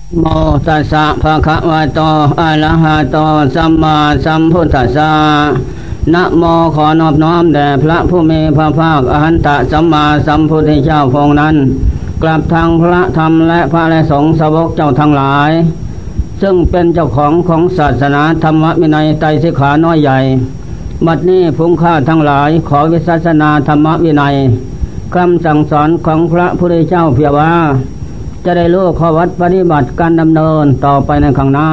โมตัสสะภะคะวะโตอะระหะโตสัมมาสัมพุทธัสสะนะโมขอนอบน้อมแด่พระผู้มีพระภาคอรหันตสัมมาสัมพุทธเจ้าพระองค์นั้นกลับทางพระธรรมและพระและสงฆ์สาวกเจ้าทั้งหลายซึ่งเป็นเจ้าของศาสนาธรรมวินัยไตรสิกขาน้อยใหญ่บัดนี้ภูมิข้าทั้งหลายขอวิสัชนาธรรมวินัยคำสั่งสอนของพระพุทธเจ้าเพียงว่าจะได้รู้ข้อวัดปฏิบัติการดำเนินต่อไปในข้างหน้า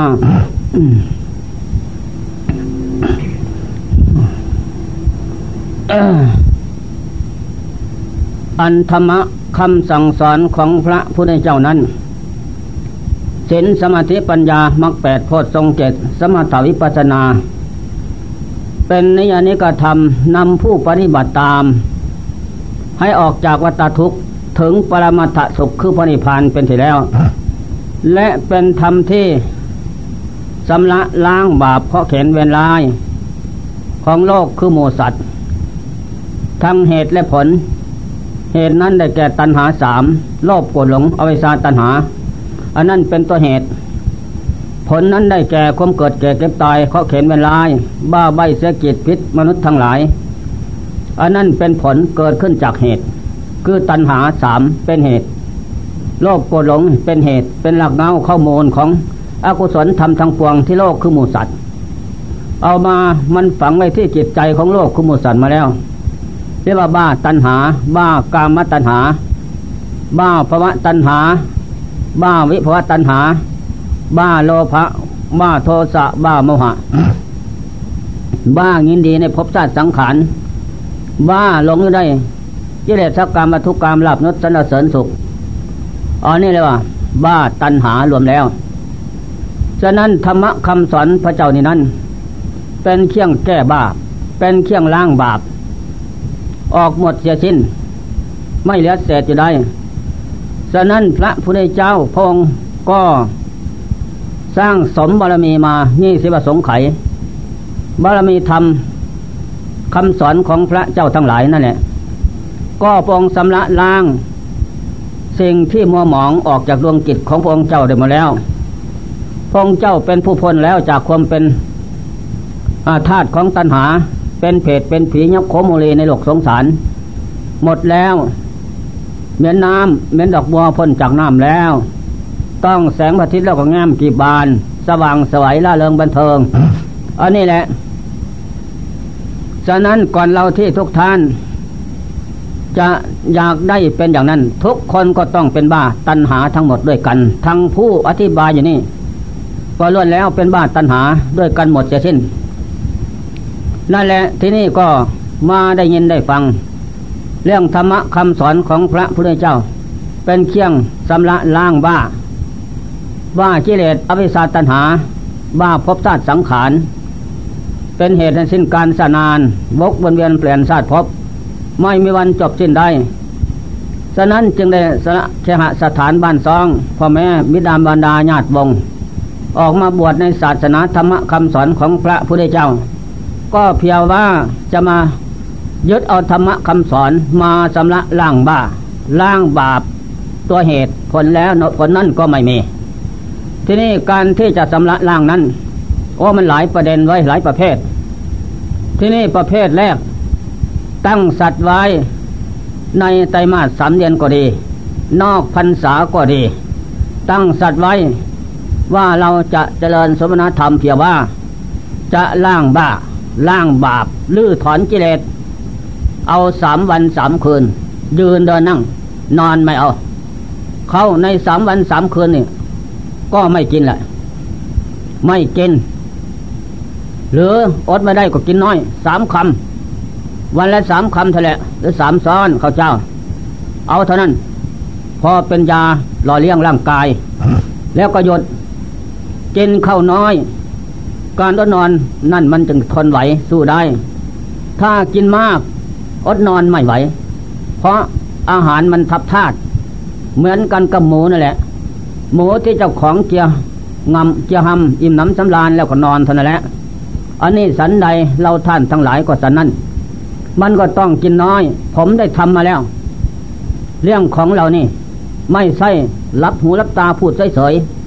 อันธรรมะคำสั่งสอนของพระพุทธเจ้านั้นศีลสมาธิปัญญามรรคแปดโพชฌงค์เจ็ดสมถวิปัสสนาเป็นนิยานิกธรรมนำผู้ปฏิบัติตามให้ออกจากวัฏทุกข์ถึงปรมัตถสุขคือพระนิพพานเป็นที่แล้วและเป็นธรรมที่ชำระล้างบาปเพราะเข็นเวรลายของโลกคือหมู่สัตว์ทั้งเหตุและผลเหตุนั้นได้แก่ตัณหาสามโลภโกรธหลงอวิชชาตัณหาอันนั้นเป็นตัวเหตุผลนั้นได้แก่ความเกิดแก่เก็บตายเพราะเข็นเวรลายบ้าใบเสียกิจพิษมนุษย์ทั้งหลายอันนั้นเป็นผลเกิดขึ้นจากเหตุคือตัณหาสามเป็นเหตุโลภโกรธหลงเป็นเหตุเป็นหลักเงาข้อมูลของอกุศลธรรมทั้งปวงที่โลกคือหมู่สัตว์เอามามันฝังไว้ที่จิตใจของโลกคือหมู่สัตว์มาแล้วเรียกว่าบ้าตัณหาบ้ากามตัณหาบ้าภวะตัณหาบ้าวิภวะตัณหาบ้าโลภะบ้าโทสะบ้าโมหะบ้ายินดีในภพชาติสังขารบ้าหลงอยู่ได้กิเลสกรรมวัตถุกรรมลาภยศสรรเสริญสุขอันนี้เลยว่าบ้าตัณหารวมแล้วฉะนั้นธรรมะคำสอนพระเจ้านี่นั้นเป็นเครื่องแก้บาปเป็นเครื่องล้างบาปออกหมดเสียสิ้นไม่เหลือเศษอยู่ได้ฉะนั้นพระพุทธเจ้าพระองค์ก็สร้างสมบารมีมานี่สิบสงไขยบารมีธรรมคำสอนของพระเจ้าทั้งหลายนั่นแหละก็พระองค์ชำระล้างสิ่งที่มัวหมองออกจากดวงจิตของพระองค์เจ้าได้หมดแล้วพระองค์เจ้าเป็นผู้พ้นแล้วจากความเป็นธาตุของตัณหาเป็นเพศเป็นผียับโคโมเลในโลกสงสารหมดแล้วเหมือนน้ำเหมือนดอกบัวพ้นจากน้ำแล้วต้องแสงพระอาทิตย์แล้วก็แง้มกีบานสว่างสวยล่าเริงบันเทิงอันนี้แหละฉะนั้นก่อนเราที่ทุกท่านจะอยากได้เป็นอย่างนั้นทุกคนก็ต้องเป็นบ้าตัณหาทั้งหมดด้วยกันทั้งผู้อธิบายอยู่นี่ก็ล้วนแล้วเป็นบ้าตัณหาด้วยกันหมดเสียสิ้นนั่นแหละที่นี่ก็มาได้ยินได้ฟังเรื่องธรรมะคำสอนของพระพุทธเจ้าเป็นเครื่องชำระล้างบ้ากิเลสอวิชชาตัณหาบ้าภพชาติสังขารเป็นเหตุให้สิ้นการสนานวกวนเวียนเปลี่ยนชาติภพไม่มีวันจบสิ้นได้ฉะนั้นจึงได้สละเคหสถานบ้านซองพ่อแม่บิดาบรรดาญาติวงศ์ออกมาบวชในศาสนาธรรมคำสอนของพระพุทธเจ้าก็เพียงว่าจะมายึดเอาธรรมคำสอนมาชำระล้างบ้าล้างบาปตัวเหตุผลแล้วผลนั้นก็ไม่มีที่นี่การที่จะชำระล้างนั้นมันหลายประเด็นไว้หลายประเภทที่นี่ประเภทแรกตั้งสัตว์ไว้ในไตรมาส3 เดือนก็ดีนอกพรรษาก็ดีตั้งสัตว์ไว้ว่าเราจะเจริญสมณธรรมเพียงว่าจะล้างบ้าล้างบาปลื้อถอนกิเลสเอา3 วัน 3 คืนยืนเดินนั่งนอนไม่เอาเข้าใน3 วัน 3 คืนนี่ก็ไม่กินแหละไม่กินหรืออดไม่ได้ก็กินน้อย3 คำวันละ3 คำเท่านั้นหรือ3 ซ้อนข้าวเจ้าเอาเท่านั้นพอเป็นยาหล่อเลี้ยงร่างกายแล้วก็หยุดกินข้าวน้อยการอดนอนนั่นมันจึงทนไหวสู้ได้ถ้ากินมากอดนอนไม่ไหวเพราะอาหารมันทับธาตุเหมือนกันกับหมูนั่นแหละหมูที่เจ้าของเจียหำอิ่มหนำสำราญแล้วก็นอนเท่านั้นแหละอันนี้สันใดเราท่านทั้งหลายก็สันนั้นมันก็ต้องกินน้อยผมได้ทำมาแล้วเรื่องของเรานี่ไม่ใช่รับหูรับตาพูดเฉยๆ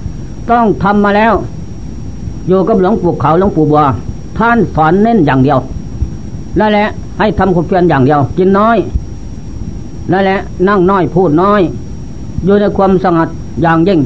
ต้องทำมาแล้วอยู่กับหลวงปู่เขาหลวงปู่บัวท่านสอนเน้นอย่างเดียวนั่นแหละให้ทำความเพียรอย่างเดียวกินน้อยนั่นแหละนั่งน้อยพูดน้อยอยู่ในความสงัดอย่างยิ่ง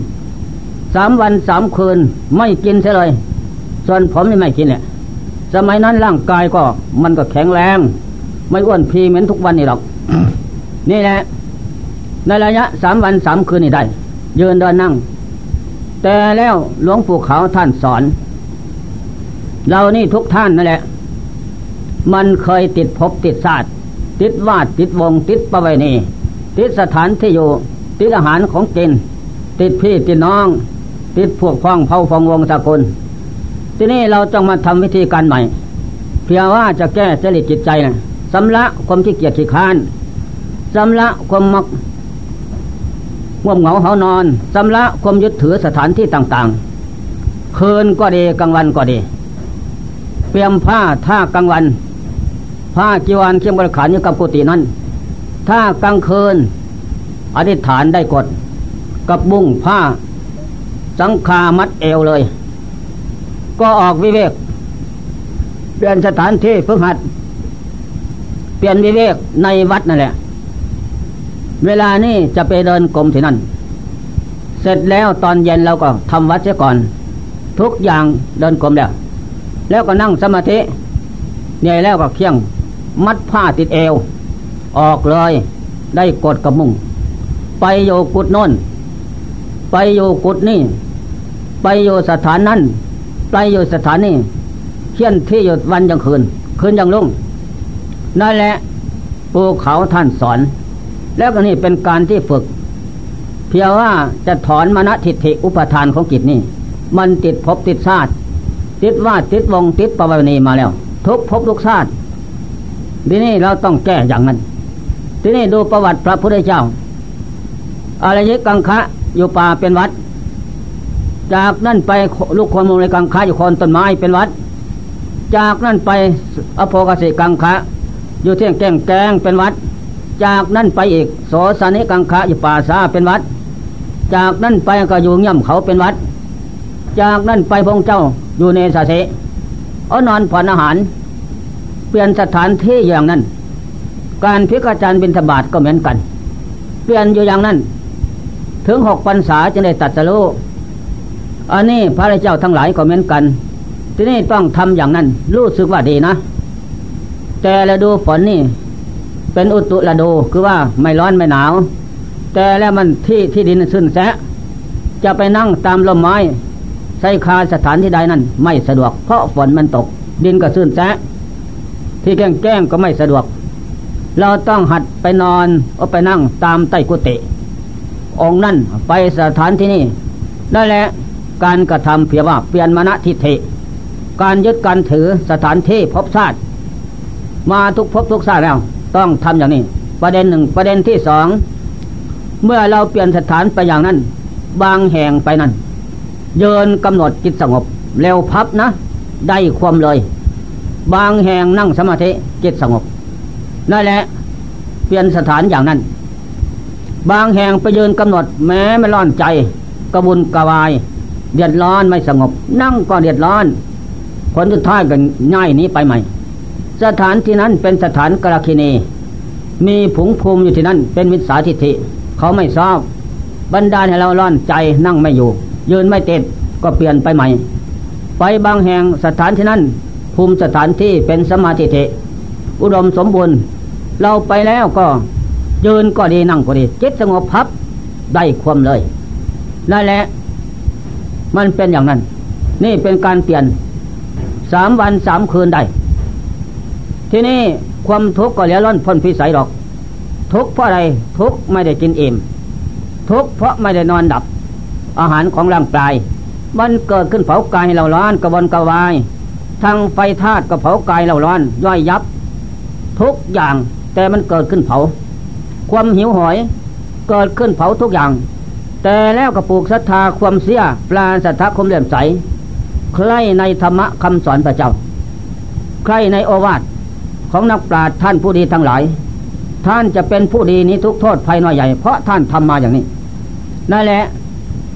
3 วัน3 คืนไม่กินเสียเลยส่วนผมนี่ไม่กินเนี่ยสมัยนั้นร่างกายก็มันก็แข็งแรงไม่อ้วนพีเหมือนทุกวันนี่หรอก นี่แหละในระยะ3 วัน 3 คืนนี่ได้ยืนเดินนั่งแต่แล้วหลวงปู่เขาท่านสอนเรานี่ทุกท่านนั่นแหละมันเคยติดภพติดชาติติดวาดติดวงติดประเวณีติดสถานที่อยู่ติดอาหารของกินติดพี่ติดน้องติดพวกพ้องเผ่าฟองวงสกุลทีนี้เราต้องมาทำวิธีการใหม่เพื่อว่าจะแก้จริตจิตใจนะสำละความขี้เกียจขี้ค้านสำละความมักง่วงเหงาหานอนสำละความยึดถือสถานที่ต่างๆคืนก็ดีกลางวันก็ดีเตรียมผ้าถ้ากลางวันผ้าจีวรเครื่องบริขารอยู่กับกุฏินั้นถ้ากลางคืนอธิษฐานได้กดกับบุ้งผ้าสังฆามัดเอวเลยก็ออกวิเวกเปลี่ยนสถานที่ฝึกหัดเปลี่ยนวิเวกในวัดนั่นแหละเวลานี้จะไปเดินกรมที่นั่นเสร็จแล้วตอนเย็นเราก็ทำวัดเสียก่อนทุกอย่างเดินกรมแล้วก็นั่งสมาธิเหนื่อยแล้วก็เคี่ยงมัดผ้าติดเอวออกเลยได้กดกับมุงไปโยกุดโน่นไปโยกุดนี่ไปโยสถานนั้นไปโยสถานนี้เขียนที่อยู่วันยังคืนยังลุ่งนั่นแหละปู่เขาท่านสอนแล้วก็นี่เป็นการที่ฝึกเพียงว่าจะถอนมนทิฏฐิอุปทานของจิตนี่มันติดภพติดชาติติดวาดติดวงติดประเวณีมาแล้วทุกภพทุกชาติทีนี้เราต้องแก้อย่างนั้นทีนี้ดูประวัติพระพุทธเจ้าอารยิกังคะอยู่ป่าเป็นวัดจากนั้นไปลูกคนมุงในกังคะอยู่คนต้นไม้เป็นวัดจากนั้นไปอโภคสิกังคะอยู่ที่แกงเป็นวัดจากนั้นไปอีกโสสนิกังคะอยู่ป่าซาเป็นวัดจากนั้นไปก็อยู่เงี่ยมเขาเป็นวัดจากนั้นไปพงเจ้าอยู่ในสาเสนอนผ่อนอาหารเปลี่ยนสถานที่อย่างนั้นการพิกาจารบิณฑบาตก็เหมือนกันเปลี่ยนอยู่อย่างนั้นถึง6 พรรษาจึงได้ตรัสรู้อันนี้พระเจ้าทั้งหลายก็เหมือนกันที่นี่ต้องทำอย่างนั้นรู้สึกว่าดีนะแต่ฤดูฝนนี่เป็นอุตุฤดูคือว่าไม่ร้อนไม่หนาวแต่แล้วมันที่ดินซึนแซะจะไปนั่งตามลมไม้ใส่คาสถานที่ใดนั้นไม่สะดวกเพราะฝนมันตกดินก็ซึนแซะที่แก้งก็ไม่สะดวกเราต้องหัดไปนอนเอาไปนั่งตามใต้กุฏิองค์นั่นไปสถานที่นี่นั่นแหละการกระทำเพียงว่าเปลี่ยนมนทิฏฐิการยึดการถือสถานที่ภพชาติมาทุกภพทุกชาติแล้วต้องทำอย่างนี้ประเด็น 1ประเด็นที่ 2เมื่อเราเปลี่ยนสถานไปอย่างนั้นบางแห่งไปนั้นเยินกำหนดจิตสงบเร็วพับนะได้ความเลยบางแห่งนั่งสมาธิจิตสงบนั่นแหละเปลี่ยนสถานอย่างนั้นบางแห่งไปยืนกำหนดแม้ไม่ร้อนใจกระวนกระวายเดือดร้อนไม่สงบนั่งก็เดือดร้อนผลสุดท้ายกันง่ายนี้ไปใหม่สถานที่นั้นเป็นสถานกราคินีมีผงภูมิอยู่ที่นั่นเป็นมิจฉาทิฏฐิเขาไม่ชอบบรรดาให้เราร้อนใจนั่งไม่อยู่ยืนไม่ติดก็เปลี่ยนไปใหม่ไปบางแห่งสถานที่นั้นภูมิสถานที่เป็นสมาธิทิอุดมสมบูรณ์เราไปแล้วก็ยืนก็ดีนั่งก็ดีจิตสงบพับได้ความเลยนั่นแหละมันเป็นอย่างนั้นนี่เป็นการเปลี่ยน3 วัน 3 คืนได้ทีนี้ความทุกข์ก็เหลือล้นพ้นพิสัยหรอกทุกข์เพราะอะไรทุกข์ไม่ได้กินอิ่มทุกข์เพราะไม่ได้นอนดับอาหารของร่างกายมันเกิดขึ้นเผากายให้เราร้อนกระวนกระวายทั้งไฟธาตุก็เผากายเราร้อนย่อยยับทุกอย่างแต่มันเกิดขึ้นเผาความหิวโหยเกิดขึ้นเผาทุกอย่างแต่แล้วก็ปลูกศรัทธาความเสียปลาศรัทธาความเลื่อมใสใคร่ในธรรมะคำสอนพระเจ้าใคร่ในโอวาทของนักปราชญ์ท่านผู้ดีทั้งหลายท่านจะเป็นผู้ดีนี้ทุกโทษภัยน้อยใหญ่เพราะท่านทำมาอย่างนี้นั่นแหละ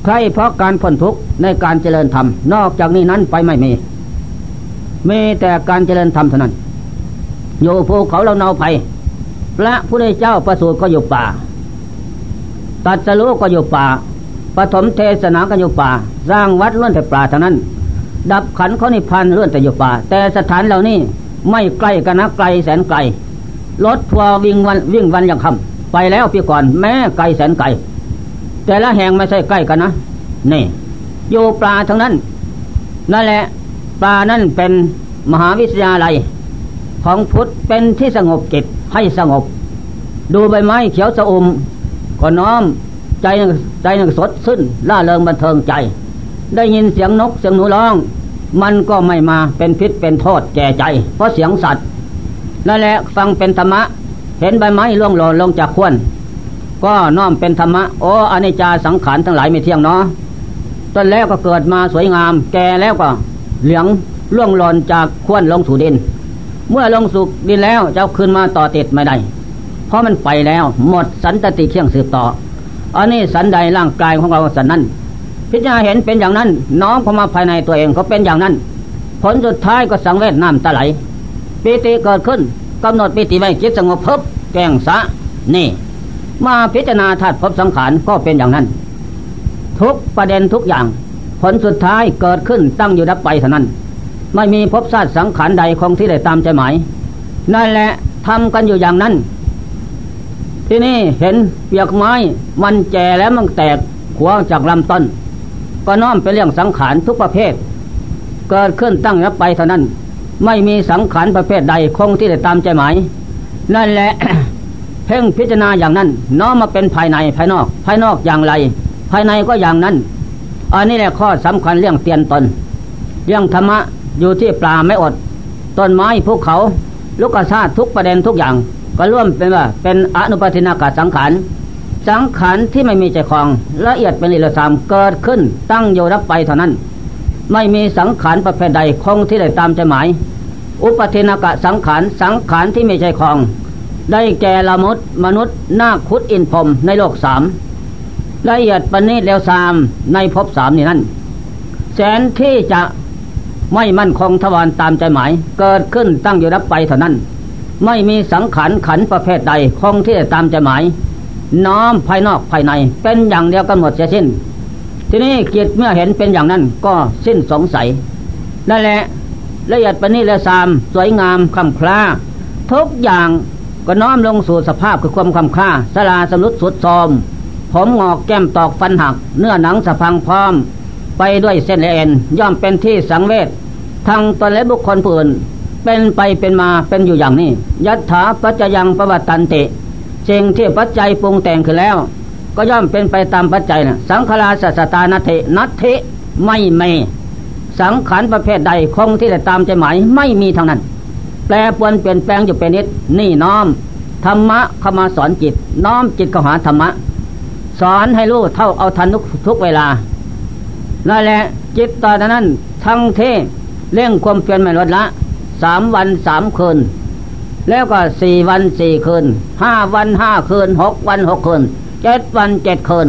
ใครเพราะการพ้นทุกข์ในการเจริญธรรมนอกจากนี้นั้นไปไม่มีแต่การเจริญธรรมเท่านั้นอยู่ภูเขาเราเนาไผ่พระพุทธเจ้าประสูติก็อยู่ป่าตรัสรู้ก็อยู่ป่าปฐมเทศนาก็อยู่ป่าสร้างวัดล้วนแต่ป่าเท่านั้นดับขันธ์เขานิพพานล้วนแต่อยู่ป่าแต่สถานเหล่านี้ไม่ใกล้กันนะไกลแสนไกลรถทัวร์วิ่งวันอย่างคำไปแล้วปีก่อนแม้ไกลแสนไกลแต่ละแห่งไม่ใช่ใกล้กันนะนี่อยู่ป่าทั้งนั้นนั่นแหละป่านั่นเป็นมหาวิทยาลัยของพุทธเป็นที่สงบจิตให้สงบดูใบไม้เขียวสะอุ่มก็น้อมใจนึงสดชื่นล่าเริงบันเทิงใจได้ยินเสียงนกเสียงหนูร้องมันก็ไม่มาเป็นพิษเป็นโทษแก่ใจเพราะเสียงสัตว์นั่นแหละฟังเป็นธรรมะเห็นใบไม้ร่วงหล่นลงจากขวนก็น้อมเป็นธรรมะโอ้อนิจจาสังขารทั้งหลายไม่เที่ยงเนาะต้นแล้วก็เกิดมาสวยงามแก่แล้วก็เหลืองร่วงหล่นจากขวนลงสู่ดินเมื่อลงสู่ดินแล้วจะขึ้นมาต่อติดไม่ได้เพราะมันไปแล้วหมดสันตติเที่ยงสืบต่ออันนี้สันใดร่างกายของเราสันนั้นพิจารณาเห็นเป็นอย่างนั้นน้อมเข้ามาภายในตัวเองก็เป็นอย่างนั้นผลสุดท้ายก็สังเวชน้ำตาไหลปิติเกิดขึ้นกำหนดปิติไว้จิตสงบเพิบแก่งสะนี่มาพิจารณาธาตุภพสังขารก็เป็นอย่างนั้นทุกประเด็นทุกอย่างผลสุดท้ายเกิดขึ้นตั้งอยู่ดับไปเท่านั้นไม่มีภพชาติสังขารใดคงที่ได้ตามใจหมายนั่นแหละทำกันอยู่อย่างนั้นที่นี่เห็นเปียกไม้มันแก่แล้วมันแตกหัวจากลำต้นก็น้อมเป็นเรื่องสังขารทุกประเภทเกิดขึ้นตั้งอยู่ดับไปเท่านั้นไม่มีสังขารประเภทใดคงที่ได้ตามใจหมายนั่นแหละ เพ่งพิจารณาอย่างนั้นน้อมมาเป็นภายในภายนอกอย่างไรภายในก็อย่างนั้นอันนี้แหละข้อสำคัญเรื่องเตียนตนเรื่องธรรมะอยู่ที่ปลาไม่อดต้นไม้ภูเขาลูกธาตุทุกประเด็นทุกอย่างก็ร่วมเป็นว่าเป็นอนุปทินากสังขารที่ไม่มีใจครองละเอียดเป็นอิเลสามเกิดขึ้นตั้งอยู่รับไปเท่านั้นไม่มีสังขารประเภทใดคงที่ได้ตามใจหมายอุปทินากสังขารที่ไม่ใจครองได้แก่ละมุดมนุษย์นาคคุดอินพรหมในโลกสามละเอียดปณิดแล้วสามในภพสามนี่นั่นแสนที่จะไม่มั่นคงทวารตามใจหมายเกิดขึ้นตั้งอยู่รับไปเท่านั้นไม่มีสังขารขันประเภทใดคงที่จะตามใจหมายน้อมภายนอกภายในเป็นอย่างเดียวกันหมดเสียสิ้นทีนี้จิตเมื่อเห็นเป็นอย่างนั้นก็สิ้นสงสัยนั่นแหละละเอียดปณิดและสามสวยงามคำคล้าทุกอย่างก็น้อมลงสู่สภาพคือความคำคล้าสลาสำรุดสุดซอมผมงอกแก้มตอกฟันหักเนื้อหนังสะพังพร้อมไปด้วยเส้นและเอ็นย่อมเป็นที่สังเวชทั้งตนและบุคคลผู้อื่นเป็นไปเป็นมาเป็นอยู่อย่างนี้ยัตถาปัจจยังปวัตตันติสิ่งที่ปัจจัยปรุงแต่งขึ้นแล้วก็ย่อมเป็นไปตามปัจจัยนะสังขาราสัสตานัตถิไม่มีสังขารประเภทใดคงที่จะตามใจหมายไม่มีทางนั้นแปรปรวนเปลี่ยนแปลงอยู่เป็นนิดนี่น้อมธรรมะเข้ามาสอนจิตน้อมจิตเข้าหาธรรมะสอนให้รู้เท่าเอาทันทุกเวลานั่นแหละจิตตอนนั้นทั้งเทเร่งความเพียรไม่ลดละ3 วัน 3 คืนแล้วก็4 วัน 4 คืน5 วัน 5 คืน6 วัน 6 คืน7 วัน 7 คืน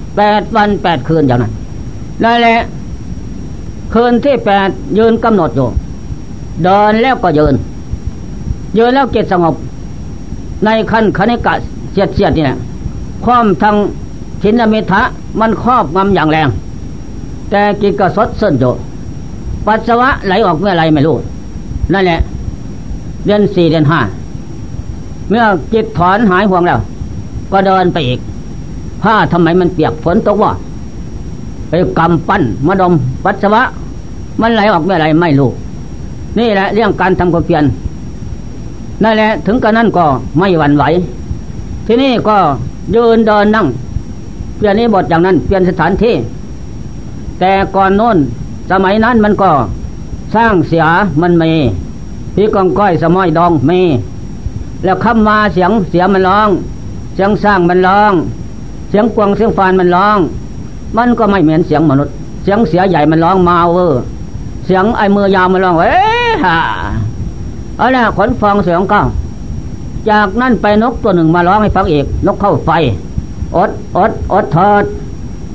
8 วัน 8 คืนอย่างนั้นนั่นแหละคืนที่8ยืนกำหนดอยู่เดินแล้วก็ยืนแล้วจิตสงบในขั้นคณิกะเสียดนี่แหละคว่ำทางทินมิทะมันครอบงำอย่างแรงแต่จิตก็สดชื่นอยู่ปัสสาวะไหลออกเมื่อไรไม่รู้นั่นแหละเดือน4 เดือน 5เมื่อจิตถอนหายห่วงแล้วก็เดินไปอีกผ้าทำไมมันเปียกฝนตกวะไปกำปั้นมาดมปัสสาวะมันไหลออกเมื่อไรไม่รู้นี่แหละเรื่องการทำความเพียรนั่นแหละถึงกระนั้นก็ไม่หวั่นไหวที่นี่ก็ยืนเดินนั่งเปลี่ยนนี้บทอย่างนั้นเปลี่ยนสถานที่แต่ก่อนโน้นสมัยนั้นมันก็สร้างเสียมันมีพี่กองก้อยสมอยดองมีแล้วคำมาเสียงเสียมันร้องเสียงสร้างมันร้องเสียงกวางเสียงฟานมันร้องมันก็ไม่เหมือนเสียงมนุษย์เสียงเสียใหญ่มันร้องมาเวอร์เสียงไอ้มือยาวมันร้องฮ่าเอาล่ะขนฟองเสียงก้าวจากนั้นไปนกตัวหนึ่งมาร้องให้ฟังอีกนกเข้าไฟอดเถิด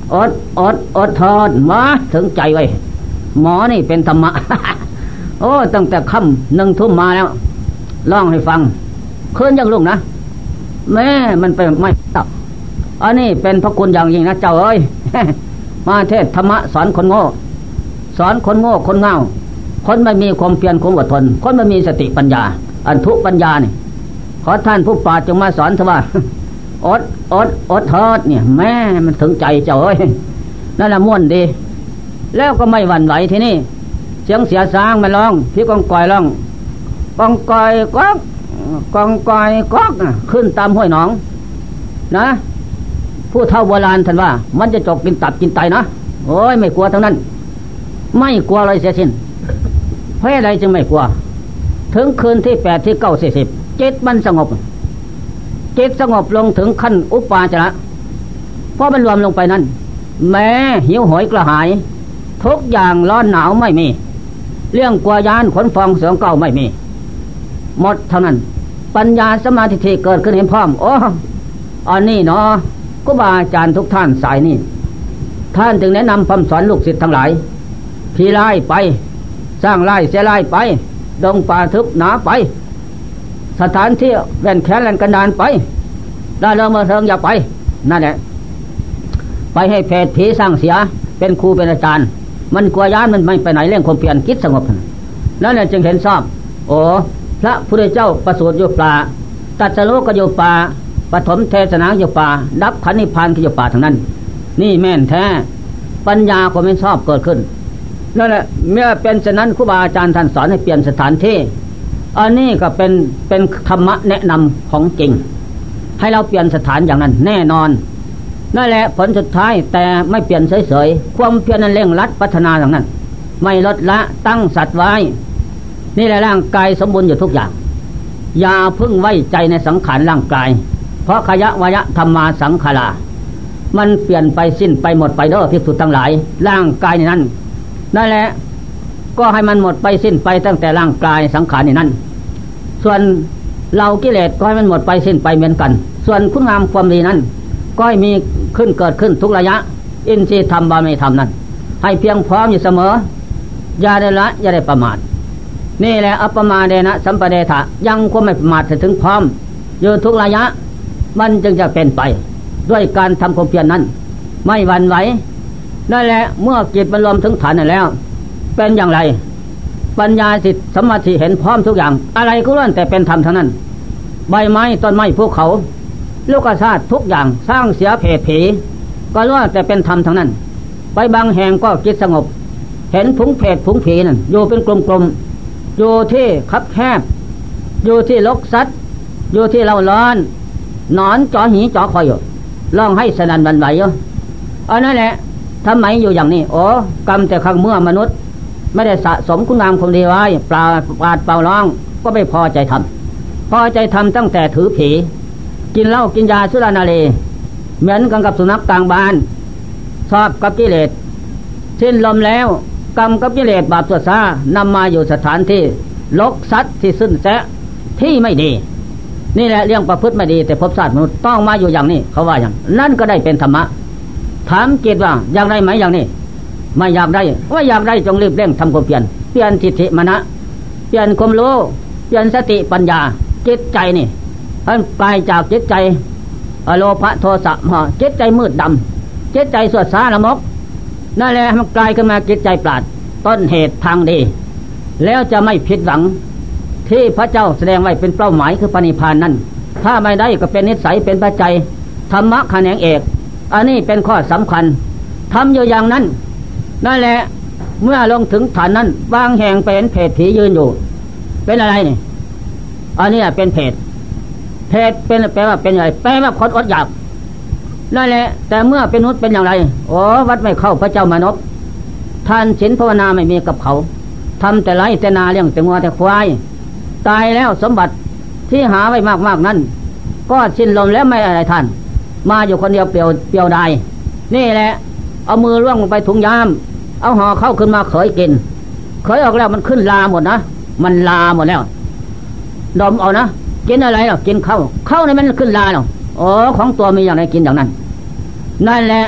อดอดทนมาถึงใจไว้หมอนี่เป็นธรรมะ โอ้ตั้งแต่ค่ำ1 ทุ่มมาแล้วร้องให้ฟังคืนยังลุกนะแม่มันไปไม่ตับอันนี้เป็นพระคุณอย่างยิ่งนะเจ้าเอ้ย มาเทศธรรมะสอนคนโง่สอนคนโง่คนเง่าคนไม่มีความเพียรความอดทนคนไม่มีสติปัญญาอันทุปัญญานี่ขอท่านผู้ปราชญ์จงมาสอนเถอะว่า อดทนเนี่ยแม่มันถึงใจเจ้าเอ้ยนั่นแหละม่วนดีแล้วก็ไม่หวั่นไหวทีนี่เสียงเสียสางมันร้องพี่กองกอยร้องกองกอยก๊อกกองกอยก๊อกขึ้นตามห้วยหนองนะผู้เฒ่าโบราณท่านว่ามันจะจกกินตับกินไตนะโอ้ยไม่กลัวทั้งนั้นไม่กลัวเลยเสียสิ้นเพราะอะไรจึงไม่กลัวถึงคืนที่8ที่9 40จิตมันสงบจิตสงบลงถึงขั้นอุปาจาระเพราะมันรวมลงไปนั้นแม้หิวโหยกระหายทุกอย่างร้อนหนาวไม่มีเรื่องกลัวยานขนฟองเสืองเก่าไม่มีหมดเท่านั้นปัญญาสมาธิเกิดขึ้นเห็นพร้อมโอ้อันนี้เนาะครูบาอาจารย์ทุกท่านสายนี้ท่านจึงแนะนำคำสอนลูกศิษย์ทั้งหลายพี่ไล่ไปสร้างไล่เสียไล่ไปดงป่าทึบหนาไปสถานที่แว่นแขนแล่นกันดานไปได้เริ่มมาเทิงอย่าไปนั่นแหละไปให้เพศผีสร้างเสียเป็นครูเป็นอาจารย์มันกลัวยานมันไม่ไปไหนเรื่องความเพียรคิดสงบนั่นแหละจึงเห็นชอบโอ้พระพุทธเจ้าประสูติอยู่ป่าตรัสรู้ก็อยู่ป่าปฐมเทศนาอยู่ป่าดับขันธ์นิพพานก็อยู่ป่าทั้งนั้นนี่แม่นแท้ปัญญาความไม่ชอบเกิดขึ้นนั่นแหละเมื่อเป็นฉะนั้นครูบาอาจารย์ท่านสอนให้เปลี่ยนสถานที่อันนี้ก็เป็นธรรมะแนะนำของจริงให้เราเปลี่ยนสถานอย่างนั้นแน่นอนนั่นแหละผลสุดท้ายแต่ไม่เปลี่ยนเฉยๆความเพียรนั้นเร่งรัดพัฒนาอย่างนั้นไม่ลดละตั้งสัตว์ไว้นี่แหละร่างกายสมบูรณ์อยู่ทุกอย่างอย่าพึ่งไว้ใจในสังขารร่างกายเพราะขยะวยะธรรมาสังขารามันเปลี่ยนไปสิ้นไปหมดไปเด้อภิกษุทั้งหลายร่างกายในนั้นนั่นแหละก็ให้มันหมดไปสิ้นไปตั้งแต่ร่างกายสังขารในนั้นส่วนเรากิเลสก็ให้มันหมดไปสิ้นไปเหมือนกันส่วนคุณงามความดีนั้นก็ให้มีขึ้นเกิดขึ้นทุกระยะอินทรีย์ธรรมบารมีธรรมนั้นให้เพียงพร้อมอยู่เสมออย่าได้ละอย่าได้ประมาทนี่แหละอัปปมาเดนะสัมปเดทะยังคงไม่ประมาทถึงพร้อมอยู่ทุกระยะมันจึงจะเป็นไปด้วยการทำความเพียรนั้นไม่หวั่นไหวนั่นแหละเมื่อจิตบรรลุถึงฐานนั้นแล้วเป็นอย่างไรปัญญาสิทธิสมาธิเห็นพร้อมทุกอย่างอะไรก็ล้วนแต่เป็นธรรมทั้งนั้นใบไม้ต้นไม้ภูเขาลูกธาตุทุกอย่างสร้างเสียเพศผีก็ล้วนแต่เป็นธรรมทั้งนั้นไปบางแห่งก็จิตสงบเห็นผงเพศผงผีนั่นอยู่เป็นกลมๆอยู่ที่คับแคบอยู่ที่ลกซัดอยู่ที่เราร้อนหนอนจ่อหีจ่อคอยอยู่ร้องให้สนั่นหวั่นไหวอยู่อันนั้นแหละทำไมอยู่อย่างนี้โอ้กรรมแต่ครั้งเมื่อมนุษย์ไม่ได้สะสมคุณงามความดีไว้ปราดเปล่าร้องก็ไม่พอใจทำพอใจทำตั้งแต่ถือผีกินเหล้ากินยาสุรานารีเหมือนกันกับสุนัขต่างบ้านชอบกับกิเลสสิ้นลมแล้วกรรมกับกิเลสบาปตัวซานำมาอยู่สถานที่ลกซัดที่สิ้นแสะที่ไม่ดีนี่แหละเรื่องประพฤติไม่ดีแต่ภพชาติมนุษย์ต้องมาอยู่อย่างนี้เขาว่าอย่างนั่นก็ได้เป็นธรรมะถามจิตว่าอยากได้ไหมอย่างนี้ไม่อยากได้ว่าอยากได้จงรีบเร่งทำความเปลี่ยนทิฏฐิมณะเปลี่ยนความรู้เปลี่ยนสติปัญญาจิตใจนี่ให้กลายจากจิตใจอโลภะโทสะโมหะจิตใจมืดดำจิตใจสวดสาละมกนั่นแหละมันกลายขึ้นมาจิตใจปราดต้นเหตุทางดีแล้วจะไม่ผิดหวังที่พระเจ้าแสดงไว้เป็นเป้าหมายคือปณิพพานนั้นถ้าไม่ได้ก็เป็นนิสัยเป็นปัจจัยธรรมะแขนงเอกอันนี้เป็นข้อสำคัญทำอยู่อย่างนั้นนั่นแหละเมื่อลงถึงฐานนั้นบางแห่งเป็นเพศผียืนอยู่เป็นอะไรนี่อันนี้เป็นเพศเป็นแปลว่าเป็นอะไรแปลว่าคนอดอยากนั่นแหละแต่เมื่อเป็นมนุษย์เป็นอย่างไรโอ้วัดไม่เข้าพระเจ้ามานพทานศีลภาวนาไม่มีกับเขาทำแต่ไร่แต่นาเลี้ยงแต่งัวแต่ควายตายแล้วสมบัติที่หาไว้มากๆนั้นก็สิ้นลมแล้วไม่อะไรท่านมาอยู่คนเดียวเปลี่ยวดายนี่แหละเอามือล่วงลงไปถุงยามเอาห่อเข้าขึ้นมาเขยกินเขยออกแล้วมันขึ้นลาหมดนะมันลาหมดแล้วดมเอานะกินอะไรหรอกินข้าวในมันขึ้นลาหรออ๋อของตัวมีอย่างไรกินอย่างนั้นนั่นแหละ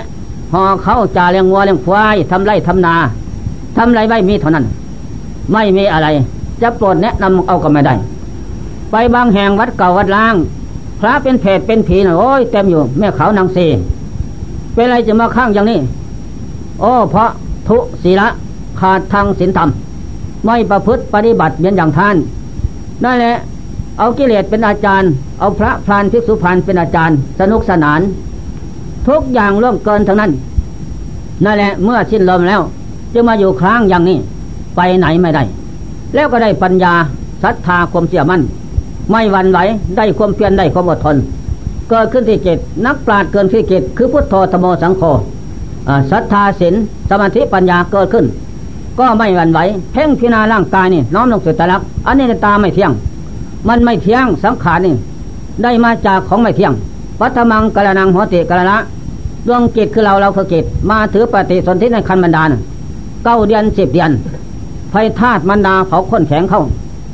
ห่อเข้าจ่าเลี้ยงวัวเลี้ยงควายทำไรทำนาทำไรไว้มีเท่านั้นไม่มีอะไรจะโปรดแนะนำเอาก็ไม่ได้ไปบางแห่งวัดเก่าวัดล้างพระเป็นเพศเป็นผีนะโอ้ยเต็มอยู่แม่ขาวนางซีเป็นอะไรจะมาข้างอย่างนี้โอ้เพราะทุศีละขาดทางศีลธรรมไม่ประพฤติปฏิบัติเหมือนอย่างท่านนั่นแหละเอากิเลสเป็นอาจารย์เอาพระพรานภิกษุพรานเป็นอาจารย์สนุกสนานทุกอย่างล่วงเกินทั้งนั้นนั่นแหละเมื่อสิ้นลมแล้วจะมาอยู่ค้างอย่างนี้ไปไหนไม่ได้แล้วก็ได้ปัญญาศรัทธาความเชื่อมั่นไม่หวั่นไหวได้ความเพียรได้ความอดทนเกิดขึ้นที่จิตนักปราชญ์เกินที่จิตคือพุทโธธัมโมสังโฆศรัทธาศีลสมาธิปัญญาเกิดขึ้นก็ไม่หวั่นไหวเพ่งพิจารณาร่างกายนี่น้อมลงสู่ตาลักอันนี้ตาไม่เที่ยงมันไม่เที่ยงสังขารนี่ได้มาจากของไม่เที่ยงปัทมังกะละนังโหติกะละละดวงจิตคือเราคือจิตมาถือปฏิสนธิในคันบรรดา9 เดือน10 เดือนไฟธาตุมันดาเผาข้นแข็งเข้า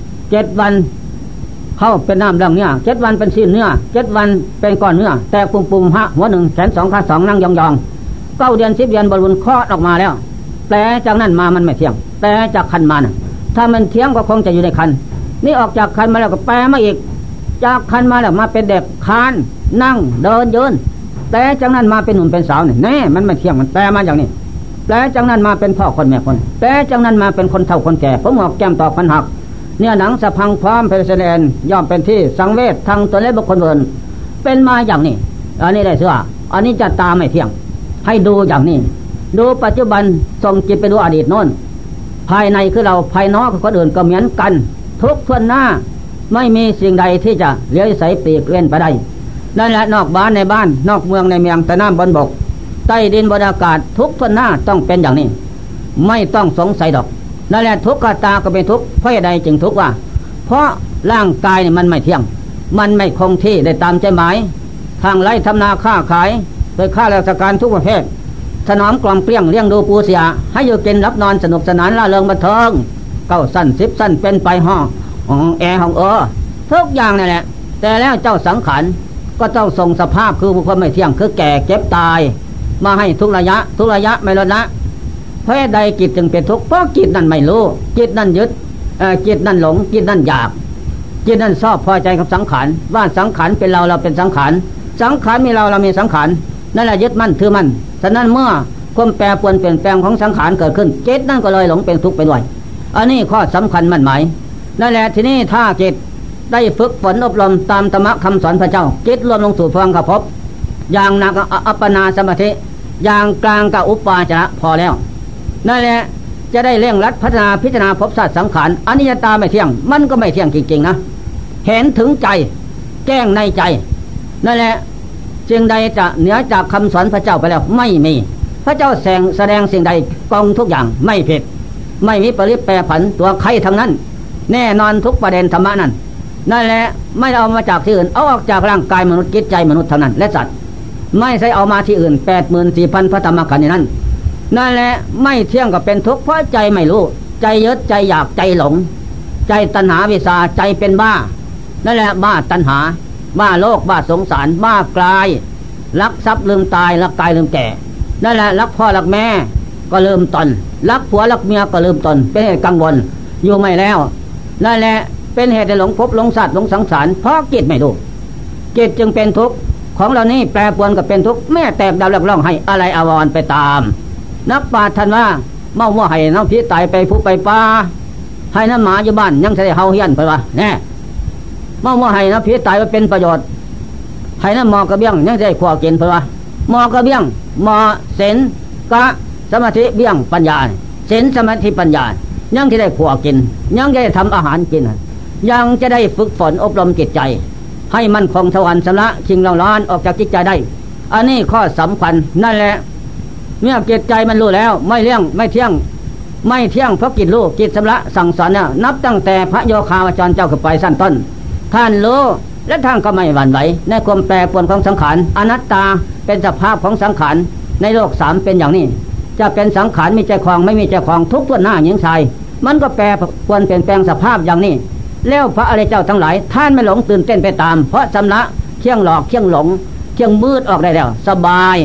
7 วันเข้าเป็นน้ำเรื่องเนื้อ7 วันเป็นสิ้นเนื้อ7 วันเป็นก้อนเนื้อแต่ปุ่มๆหัวหนึ่งแขน2ขา2นั่งยองๆ9 เดือน10 เดือนบริบูรณ์คลอดออกมาแล้วแต่จากนั้นมามันไม่เที่ยงแต่จากคันมานะถ้ามันเที่ยงก็คงจะอยู่ในคันนี่ออกจากคันมาแล้วก็แปรมาอีกจากคันมาแล้วมาเป็นเด็กคานนั่งเดินยืนแต่จากนั้นมาเป็นหนุ่มเป็นสาวเนี่ยแน่มันไม่เที่ยงมันแปรมาอย่างนี้แต่จากนั้นมาเป็นพ่อคนแม่คนแต่จากนั้นมาเป็นคนเฒ่าคนแก่ผมหอกแก้มตอกฟันหักเนี่ยหนังสะพังพร้อมเป็นแสดงย่อมเป็นที่สังเวชทางตัวเล็กบุคคลเวินเป็นมาอย่างนี้อันนี้ได้เสื้ออันนี้จะตาไม่เที่ยงให้ดูอย่างนี้ดูปัจจุบันส่งจิตไปดูอดีตโน้นภายในคือเราภายนอกคือคนอื่นก็เหมือนกันทุกทวนหน้าไม่มีสิ่งใดที่จะเลี้ยวใสปลีกเล่นไปได้นั่นแหละนอกบ้านในบ้านนอกเมืองในเมืองแต่น้ำบนบกใต้ดินบนอากาศทุกทวนหน้าต้องเป็นอย่างนี้ไม่ต้องสงสัยดอกนั่นแหละทุกขตาก็เป็นทุกข์เพราะใดจึงทุกข์ว่าเพราะร่างกายนี่มันไม่เที่ยงมันไม่คงที่ได้ตามใจหมายทางไร่ทำนาค้าขายโดยข้าราชการทุกประเภทถนอมกล่อมเกลี้ยงเลี้ยงดูปูเสียให้อยู่กินรับนอนสนุกสนานล่าเริงบันเทิง9 สั้น10 สั้นเป็นไปห้องแอร์ห้องทุกอย่างนั่นแหละแต่แล้วเจ้าสังขารก็เจ้าทรงสภาพคือบุคคลไม่เที่ยงคือแก่เจ็บตายมาให้ทุกระยะไม่ลดละเพราะใดจิตจึงเป็นทุกข์เพราะจิตนั่นไม่รู้จิตนั่นยึดจิตนั่นหลงจิตนั่นอยากจิตนั่นชอบพอใจกับสังขารว่าสังขารเป็นเราเป็นสังขารสังขารมีเรามีสังขารนั่นแหละยึดมั่นถือมั่นฉะนั้นเมื่อความแปรปรวนเปลี่ยนแปลงของสังขารเกิดขึ้นจิตนั่นก็เลยหลงเป็นทุกข์ไปด้วยอันนี้ข้อสำคัญมั่นหมายนั่นแหละทีนี้ถ้าจิตได้ฝึกฝนอบรมตามธรรมะคำสอนพระเจ้าจิตรวมลงสู่พลังขภพอย่างหนักอัปปนาสมาธิอย่างกลางกับอุปาจาระพอแล้วนั่นแหละจะได้เร่งรัดพัฒนาพิจารณาภพศาสตร์สังขารอนิจจตาไม่เที่ยงมันก็ไม่เที่ยงจริงๆนะเห็นถึงใจแจ้งในใจนั่นแหละจึงใดจะเหนือจากคำสอนพระเจ้าไปแล้วไม่มีพระเจ้าแสดงสิ่งใดกองทุกอย่างไม่ผิดไม่มีปริแปรผันตัวใครทั้งนั้นแน่นอนทุกประเด็นธรรมะนั้นนั่นแหละไม่เอามาจากที่อื่นเอาออกจากร่างกายมนุษย์จิตใจมนุษย์เท่านั้นและสัตว์ไม่ใช่เอามาที่อื่น 84,000 พระธรรมขันธ์นั้นนั่นแหละไม่เที่ยงก็เป็นทุกข์เพราะใจไม่รู้ใจยึดใจอยากใจหลงใจตัณหาวิชาใจเป็นบ้านั่นแหละบ้าตัณหาบ้าโลกบ้าสงสารบ้ากลายรักทรัพย์ลืมตายรักตายลืมแก่นั่นแหละรักพ่อรักแม่ก็ลืมตนรักผัวรักเมียก็ลืมตนเป็นเหตุกังวลอยู่ไม่แล้วนั่นแหละเป็นเหตุให้หลงภพหลงสัตว์หลงสังสารเพราะจิตไม่รู้จิตจึงเป็นทุกข์ของเรานี่แปรปรวนกับเป็นทุกข์แม่แตกดาวร้องให้อะไรอาวรไปตามนักปราชญ์ท่านว่าเมาให้น้ำพิษตายไปผู้ไปป่าให้น้ำหมาอยู่บ้านยังจะได้เฮาเฮียนไปวะแน่เมาให้น้ำพิษตายไปเป็นประโยชน์ให้น้ำหมอกระเบี้ยงยังจะได้ขวากินไปวะหมอกระเบี้ยงหมอเสนกะสมาธิเบี้ยงปัญญาเสนสมาธิปัญญายังจะได้ขวากินยังจะได้ทำอาหารกินยังจะได้ฝึกฝนอบรมจิตใจให้มันคงทวันสละชิงเราล้านออกจากจิตใจได้อันนี้ข้อสำคัญนั่นแหละเมื่อจิตใจมันรู้แล้วไม่เลี้ยงไม่เที่ยงเพราะจิตรู้จิตสำละสั่งสอนเนี่ยนับตั้งแต่พระโยคาวจรเจ้าขึ้นไปสั้นต้นท่านรู้และท่านก็ไม่หวั่นไหวในความแปรปรวนของสังขารอนัตตาเป็นสภาพของสังขารในโลก3เป็นอย่างนี้จะเป็นสังขารมีใจคลองไม่มีใจคลองทุกตัวหน้าหญิงชายมันก็แปรปรวนเปลี่ยนแปลงสภาพอย่างนี้แล้วพระอริยเจ้าทั้งหลายท่านไม่หลงตื่นเต้นไปตามเพราะสำละเที่ยงหลอกเที่ยงหลงเที่ยงมืดออกได้แล้วสบาย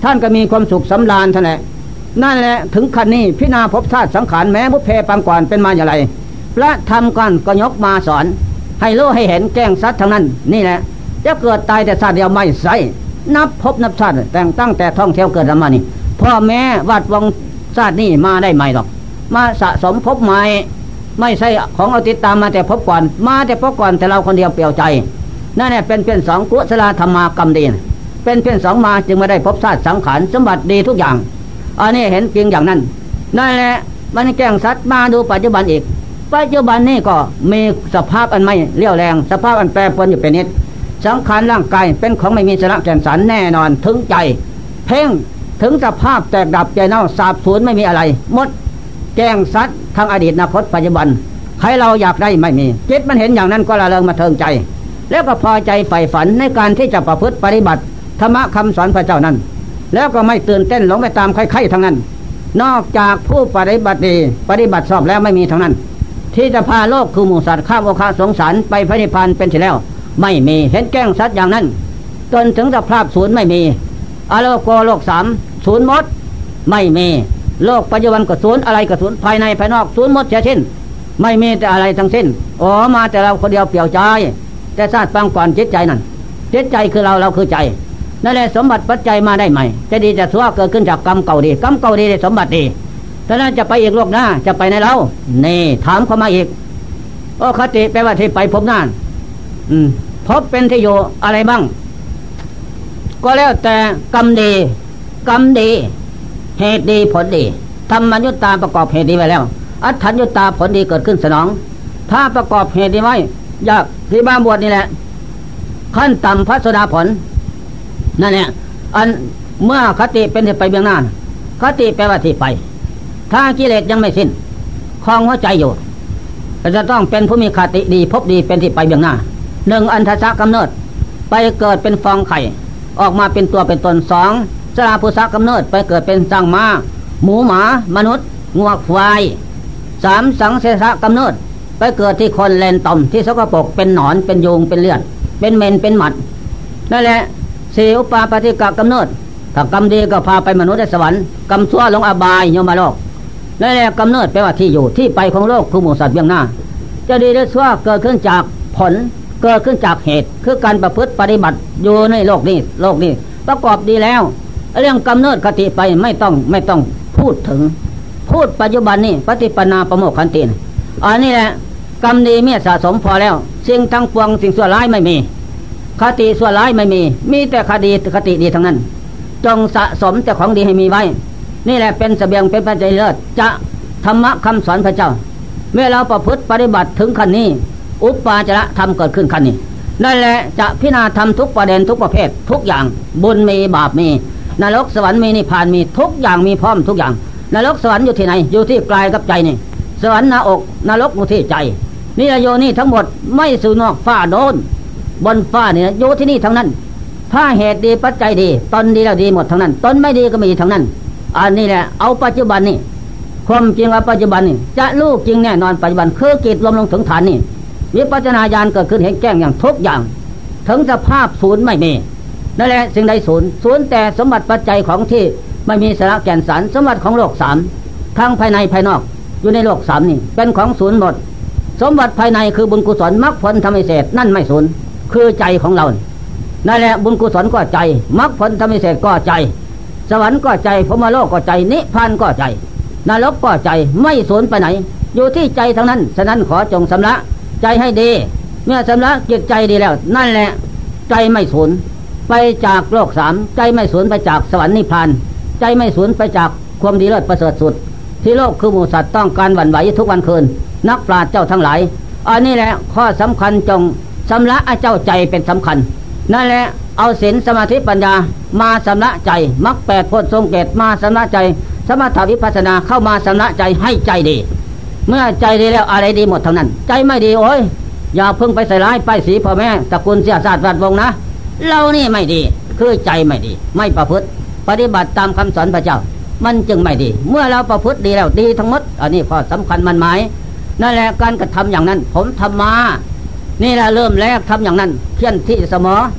ท่านก็มีความสุขสำราญท่านแหละนั่นแหละถึงขั้นนี้พิจารณาภพชาติสังขารแม้บุพเพปางก่อนเป็นมาอย่างไรพระธรรมกันก็ยกมาสอนให้รู้ให้เห็นแก้งสัตว์ทั้งนั้นนี่แหละจะเกิดตายแต่ชาติเดียวไม่ใช่นับภพนับชาติแต่งตั้งแต่ท่องเที่ยวเกิดมานี่พ่อแม่วัดวงชาตินี่มาได้ใหม่หรอกมาสะสมภพใหม่ไม่ใช่ของเราติดตามมาแต่ภพก่อนมาแต่ภพก่อนแต่เราคนเดียวเปลี่ยวใจนั่นแหละเป็นสองกุศลธรรมากรรมดีเป็นสองมาจึงมาได้ภพชาติสังขารสมบัติดีทุกอย่างอันนี้เห็นจริงอย่างนั้นนั่นแหละมันแกล้งสัตว์มาดูปัจจุบันอีกปัจจุบันนี่ก็มีสภาพอันไม่เลี้ยวแรงสภาพอันแปรปรวนอยู่เป็นนิดสังขารร่างกายเป็นของไม่มีสาระแก่นสารแน่นอนถึงใจเพ่งถึงสภาพแตกดับใจเน่าสาบสูญไม่มีอะไรหมดแกล้งสัตว์ทั้งอดีตอนาคตปัจจุบันใครเราอยากได้ไม่มีจิตมันเห็นอย่างนั้นก็ละเริงมาเทิงใจแล้วก็พอใจใฝ่ฝันในการที่จะประพฤติปฏิบัติธรรมะคำสอนพระเจ้านั้นแล้วก็ไม่ตื่นเต้นหลงไปตามใครๆทั้งนั้นนอกจากผู้ปฏิบัติดีปฏิบัติชอบแล้วไม่มีทั้งนั้นที่จะพาโลกคือหมู่สัตว์ข้ามโอคาสงสารไปพระนิพพานเป็นที่แล้วไม่มีเห็นแกล้งสัตว์อย่างนั้นจนถึงสภาพศูนย์ไม่มีอโลโกโลกสามศูนย์หมดไม่มีโลกปัจจุบันก็ศูนย์อะไรก็ศูนย์ภายในภายนอกศูนย์หมดเสียสิ้นไม่มีแต่อะไรทั้งสิ้นอ๋อมาแต่เราคนเดียวเปลี่ยวใจแต่ชาติปางก่อนจิตใจนั่นจิตใจคือเราคือใจนั่นแหละสมบัติปัจจัยมาได้ใหม่จะดีจะชั่วเกิดขึ้นจากกรรมเก่าดีกรรมเก่าดีได้สมบัติดีฉะนั้นจะไปอีกโลกหน้าจะไปในเรานี่ถามเข้ามาอีกโอ้คติแปลว่าที่ไปพบหน้าพบเป็นที่อยู่อะไรบ้างก็แล้วแต่กรรมดีเหตุดีผลดีธรรมัญญุตาประกอบเหตุดีไว้แล้วอัฏฐัญญุตาผลดีเกิดขึ้นสนองถ้าประกอบเหตุดีไว้อยากที่บ้านบวชนี่แหละขั้นต่ำพระโสดาผลนั่นเนี่ยอันเมื่อคติเป็นที่ไปเบื้องหน้าคติแปลว่าที่ไปถ้ากิเลสยังไม่สิ้นคลองหัวใจอยู่จะต้องเป็นผู้มีคติดีพบดีเป็นที่ไปเบื้องหน้าหนึ่งอันทสะกำเนิดไปเกิดเป็นฟองไข่ออกมาเป็นตัวเป็นตนสองสราภูษกำเนิดไปเกิดเป็นสังมาหมูหมามนุษย์งวกควายสามสังเสสะกำเนิดไปเกิดที่คนเลนต่อมที่สกปรกเป็นหนอนเป็นยุงเป็นเลือดเป็นเมนเป็นหมัดนั่นแหละสี่อุปาปฏิกะกำเนิดถ้ากรรมดีก็พาไปมนุษย์ได้สวรรค์กรรมชั่วลงอบายโยมโลกนั่นแหละกำเนิดแปลว่าที่อยู่ที่ไปของโลกคือหมู่สัตว์เบื้องหน้าจะดีหรือชั่วเกิดขึ้นจากผลเกิดขึ้นจากเหตุคือการประพฤติปฏิบัติอยู่ในโลกนี้ประกอบดีแล้วเรื่องกำเนิดคติไปไม่ต้องพูดถึงพูดปัจจุบันนี่ปฏิปนาประโมกขันติอันนี้แหละกรรมดีเมื่อสะสมพอแล้วสิ่งทั้งปวงสิ่งชั่วร้ายไม่มีคติชั่วร้ายไม่มีแต่คติดีทั้งนั้นจงสะสมแต่ของดีให้มีไว้นี่แหละเป็นเสบียงเป็นปัจจัยเลิศจะธรรมะคำสอนพระเจ้าเมื่อเราประพฤติปฏิบัติถึงขั้นนี้อุปปาจารธรรมเกิดขึ้นขั้นนี้นั่นแหละจะพิจารณาธรรมทุกประเด็นทุกประเภททุกอย่างบุญมีบาปมีนรกสวรรค์มีนิพพานมีทุกอย่างมีพร้อมทุกอย่างนรกสวรรค์อยู่ที่ไหนอยู่ที่กายกับใจนี่สวรรค์หน้าอกนรกอยู่ที่ใจนี่โยนี่ทั้งหมดไม่สู่นอกฟ้าโดนบนฟ้าเนี่ยอยู่ที่นี่ทั้งนั้นถ้าเหตุดีปัจจัยดีตนดีแล้วดีหมดทั้งนั้นตนไม่ดีก็ไม่ดีทั้งนั้นอันนี้แหละเอาปัจจุบันนี่ความจริงว่าปัจจุบันนี่จะรู้จริงแน่นอนปัจจุบันคือกิจรวมลงถึงฐานนี่วิปัสสนาญาณเกิดขึ้นเห็นแจ้งอย่างทุกอย่างถึงสภาพศูนย์ไม่มีนั่นแหละสิ่งใดศูนย์แต่สมบัติปัจจัยของที่ไม่มีสาระแก่นสารสมบัติของโลกสามทั้งภายในภายนอกอยู่ในโลกสามนี่เป็นของศูนย์หมดสมบัติภายในคือบุญกุศลมรรคผลธรรมวิเศษนั่นไม่ศูนย์คือใจของเรานั่นแหละบุญกุศลก็ใจมรรคผลธรรมวิเศษก็ใจสวรรค์ก็ใจพรหมโลกก็ใจนิพพานก็ใจนรกก็ใจไม่สูญไปไหนอยู่ที่ใจทั้งนั้นฉะนั้นขอจงชำระใจให้ดีเมื่อชำระจิตใจดีแล้วนั่นแหละใจไม่สูญไปจากโลกสามใจไม่สูญไปจากสวรรค์นิพพานใจไม่สูญไปจากความดีเลิศประเสริฐสุดที่โลกคือหมู่สัตว์ต้องการหวั่นไหวทุกวันคืนนักปราชญ์เจ้าทั้งหลายอันนี้แหละข้อสำคัญจงชำระเจ้าใจเป็นสำคัญนั่นแหละเอาศีลสมาธิปัญญามาชำระใจมรรคแปดโพชฌงค์เกตมาชำระใจสมถะวิปัสสนาเข้ามาชำระใจให้ใจดีเมื่อใจดีแล้วอะไรดีหมดทั้งนั้นใจไม่ดีโอ้ยอย่าเพิ่งไปใส่ร้ายป้ายสีพ่อแม่ตระกูลเสียศาสตร์วัดวงนะเรานี่ไม่ดีคือใจไม่ดีไม่ประพฤติปฏิบัติตามคำสอนพระเจ้ามันจึงไม่ดีเมื่อเราประพฤติดีแล้วดีทั้งหมดอันนี้ข้อสำคัญมันหมายนั่นแหละการกระทำอย่างนั้นผมทำมานี่แหละเริ่มแรกทำอย่างนั้นเพี้ยนที่เสมอ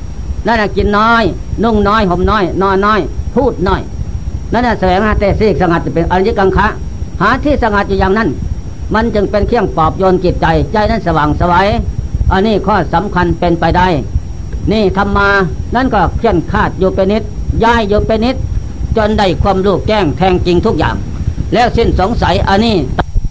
นั่นกินน้อยนุ่งน้อยห่มน้อยนอนน้อยพูดน้อยนั่นแสวงหาแต่สิ่งสงัดจะเป็นอริยกังคะหาที่สงัดอยู่อย่างนั้นมันจึงเป็นเครื่องปลอบโยนจิตใจใจนั้นสว่างไสวอันนี้ข้อสำคัญเป็นไปได้นี่ธรรมานั่นก็เคลื่อนคาดอยู่เป็นนิดย้ายอยู่เป็นนิดจนได้ความรู้แจ้งแทงจริงทุกอย่างแล้วสิ้นสงสัยอันนี้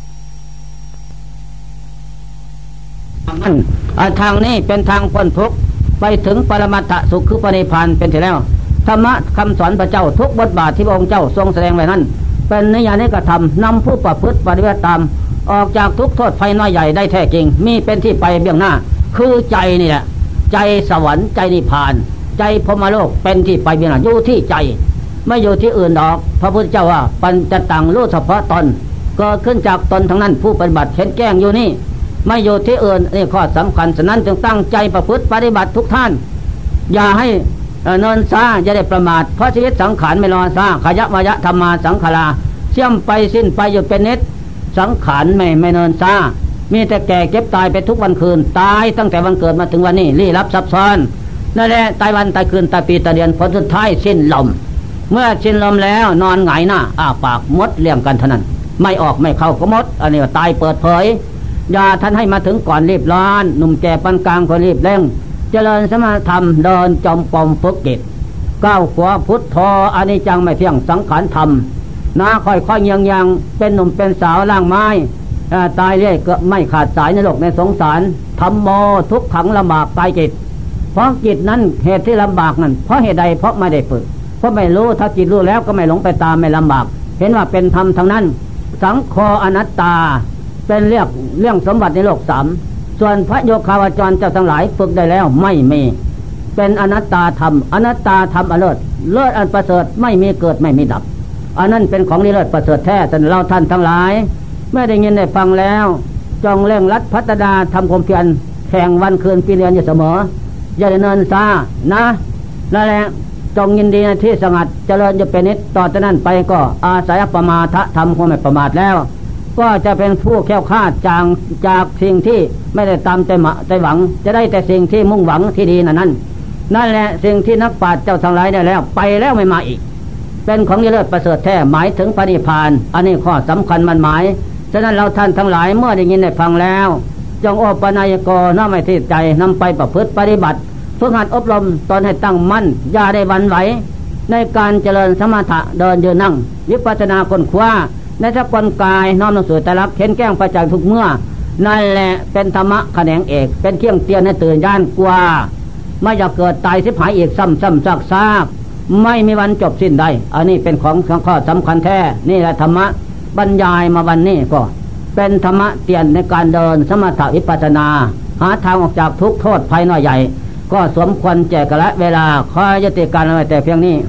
ทางนี้เป็นทางพ้นทุกข์ไปถึงปรมัตถสุขคือพระนิพพานเป็นที่แล้วธรรมะคำสอนพระเจ้าทุกบทบาทที่พระองค์เจ้าทรงแสดงไว้นั้นเป็นนิยานิกธรรมนำผู้ประพฤติปฏิบัติตามออกจากทุกโทษไฟน้อยใหญ่ได้แท้จริงมีเป็นที่ไปเบื้องหน้าคือใจนี่แหละใจสวรรค์ใจนิพพานใจพรหมโลกเป็นที่ไปเบื้องหน้าอยู่ที่ใจไม่อยู่ที่อื่นดอกพระพุทธเจ้าว่าปัญจตังรู้เฉพาะตนเกิดขึ้นจากตนทั้งนั้นผู้ปฏิบัติเห็นแจ้งอยู่นี่ไม่อยู่ที่อื่นนี่ข้อสำคัญฉะนั้นจึงตั้งใจประพฤติปฏิบัติทุกท่านอย่าให้เนินซาอย่าได้ประมาทเพราะชีวิตสังขารไม่รอซาขยะมายะธรรมาสังขาราเชื่อมไปสิ้นไปอยู่เป็นนิดสังขารไม่เนินซามีแต่แก่เก็บตายไปทุกวันคืนตายตั้งแต่วันเกิดมาถึงวันนี้ลี้ลับซับซ้อนนั่นแหละตายวันตายคืนตายปีตายเดือนผลสุดท้ายสิ้นลมเมื่อสิ้นลมแล้วนอนหงายหน้าอ้าปากมดเลี้ยงกันเท่านั้นไม่ออกไม่เข้าก็มดอันนี้ตายเปิดเผยอย่าท่านให้มาถึงก่อนรีบร้อนหนุ่มแก่ปานกลางก็รีบเร่งเจริญสมาธรรมเดินจมปมฝึกจิตก้าวขวาพุทโธอนิจจังไม่เที่ยงสังขารธรรมนะค่อยๆยังเป็นหนุ่มเป็นสาวล่างไม้ตายเรื่อยก็ไม่ขาดสายในโลกในสงสารธรรมโมทุกขังลำบากตายจิตเพราะจิตนั้นเหตุที่ลำบากนั้นเพราะเหตุใดเพราะไม่ได้ฝึกเพราะไม่รู้ถ้าจิตรู้แล้วก็ไม่หลงไปตามไม่ลำบากเห็นว่าเป็นธรรมทั้งนั้นสังโฆอนัตตาเป็นเรื่องสมบัติในโลกสามส่วนพระโยคาวจรเจ้าทั้งหลายฝึกได้แล้วไม่มีเป็นอนัตตาธรรมอนัตตาธรรมอเลิศเลิศอันประเสริฐไม่มีเกิดไม่มีดับอันนั้นเป็นของนิเลิศประเสริฐแท้แต่เราท่านทั้งหลายไม่ได้ยินได้ฟังแล้วจงเร่งรัดพัฒนาทำความเพียรแข่งวันคืนปีเดือนอยู่เสมออย่าได้เนินซานะนั่นแหละจงยินดีในที่สงัดเจริญจะเป็นนิดต่อจากนั้นไปก็อาศัยปมาทะธรรมความไม่ประมาทแล้วก็จะเป็นผู้แค้วคลาดจากสิ่งที่ไม่ได้ตามใจหวังจะได้แต่สิ่งที่มุ่งหวังที่ดีนั่นแหละสิ่งที่นักปราชญ์เจ้าทั้งหลายได้แล้วไปแล้วไม่มาอีกเป็นของเลิศประเสริฐแท้หมายถึงพระนิพพานอันนี้ข้อสำคัญมันหมายฉะนั้นเราท่านทั้งหลายเมื่อได้ยินได้ฟังแล้วจงโอปนายโกน้อมไม่ที่ใจนำไปประพฤติปฏิบัติฝึกหัดอบรมตนให้ตั้งมั่นอย่าได้หวั่นไหวในการเจริญสมถะเดินยืนนั่งวิปัสสนาค้นคว้าในสกลกายน้อมลงสู่ใจรักเข็นแกล้งประจักษ์ทุกเมื่อนั่นแหละเป็นธรรมะแขนงเอกเป็นเครื่องเตือนให้ตื่นย่านกว่าไม่อยากเกิดตายสิบหายอีกซ้ำซากไม่มีวันจบสิ้นได้อันนี้เป็นของข้อสำคัญแท้นี่แหละธรรมะบรรยายมาวันนี้ก็เป็นธรรมะเตือนในการเดินสมถะวิปัสสนาหาทางออกจากทุกโทษภัยน้อยใหญ่ก็สมควรแจกละเวลาขอยุติการไว้แต่เพียงนี้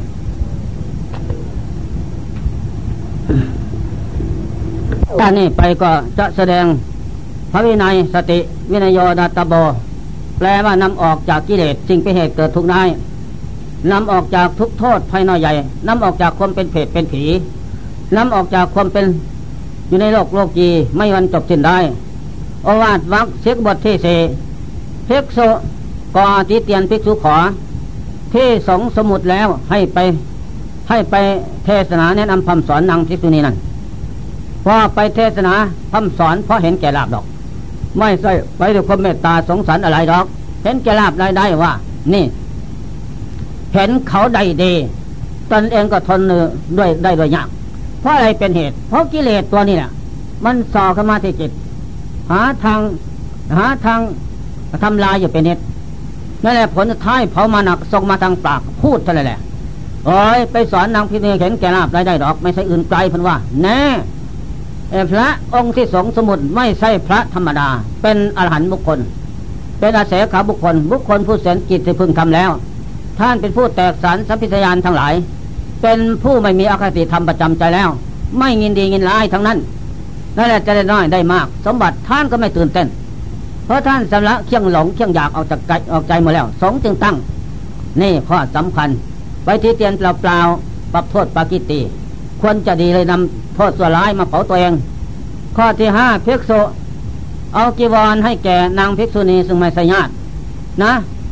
ด้านนี้ไปก็จะแสดงพระวินัยสติวินัยโยดัตตโบแปลว่านำออกจากกิเลสสิ่งเป็นเหตุเกิดทุกข์ได้นำออกจากทุกโทษภัยน้อยใหญ่นำออกจากความเป็นเพศเป็นผีนำออกจากความเป็นอยู่ในโลกจีไม่วันจบสิ้นได้โอวาทวรรคเสกบทที่สี่ภิกษุก่อติเตียนภิกษุขอที่สงสมุดแล้วให้ไปเทศนาแนะนำคำสอนนางภิกษุณีนั่นพอไปเทศนาคำสอนเพราะเห็นแก่ลาภดอกไม่ใช่ไปด้วยความเมตตาสงสารอะไรดอกเห็นแก่ลาภได้ว่านี่เห็นเขาได้ดีตนเองก็ทนด้วยยากเพราะอะไรเป็นเหตุเพราะกิเลสตัวนี้แหละมันส่อเข้ามาที่จิตหาทางทำลายอยู่เป็นเหตุนั่นแหละผลท้ายเผามาหนักส่งมาทางปากพูดเท่านั้นแหละโอ้ยไปสอนนางพิเนเห็นแก่ลาภได้ดอกไม่ใช่อื่นไกลเพิ่นว่าแน่พระองค์ที่สงสมุดไม่ใช่พระธรรมดาเป็นอรหันต์บุคคลเป็นอาเสขบุคคลผู้แสนกิจที่พึงทำแล้วท่านเป็นผู้แตกสารสัมพิทยานทั้งหลายเป็นผู้ไม่มีอคติธรรมประจำใจแล้วไม่ยินดียินร้ายทั้งนั้นนั่นแหละจะได้น้อยได้มากสมบัติท่านก็ไม่ตื่นเต้นเพราะท่านสำลักเคี่ยงหลงเคี่ยงอยากออกใจหมดแล้วสงจึงตั้งนี่ข้อสำคัญไปที่เตียนเปล่าปรับโทษปากิติควรจะดีเลยนำโทษส่วนร้ายมาเผาตัวเองข้อที่5ภิกษุเอาจีวรให้แก่นางภิกษุณีซึ่งไม่ใช่ญาตินะ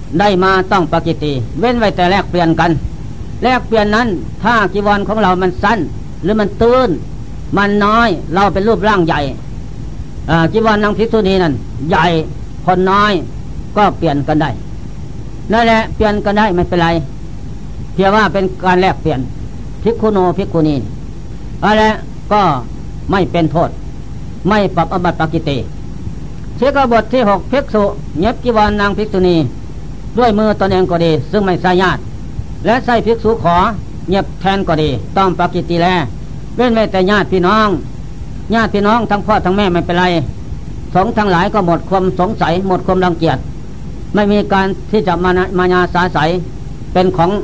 ได้มาต้องปกิติเว้นไว้แต่แลกเปลี่ยนกันแลกเปลี่ยนนั้นถ้าจีวรของเรามันสั้นหรือมันตื้นมันน้อยเราเป็นรูปร่างใหญ่จีวรนางภิกษุณีนั้นใหญ่คนน้อยก็เปลี่ยนกันได้นั่นแหละเปลี่ยนกันได้ไม่เป็นไรเพียงว่าเป็นการแลกเปลี่ยนภิกขุโนภิกขุณีอะไรก็ไม่เป็นโทษไม่ปรับอบัติปากิติเชกบทที่6ภิกษุเย็บจีวรนางภิกษุณีด้วยมือตนเองก็ดีซึ่งไม่ใช่ญาติและใส่ภิกษุขอเย็บแทนก็ดีต้องปากิติแลเว้นไว้แต่ญาติพี่น้องทั้งพ่อทั้งแม่ไม่เป็นไรสงฆ์ทั้งหลายก็หมดความสงสัยหมดความรังเกียจไม่มีการที่จะมายาสาใสเป็น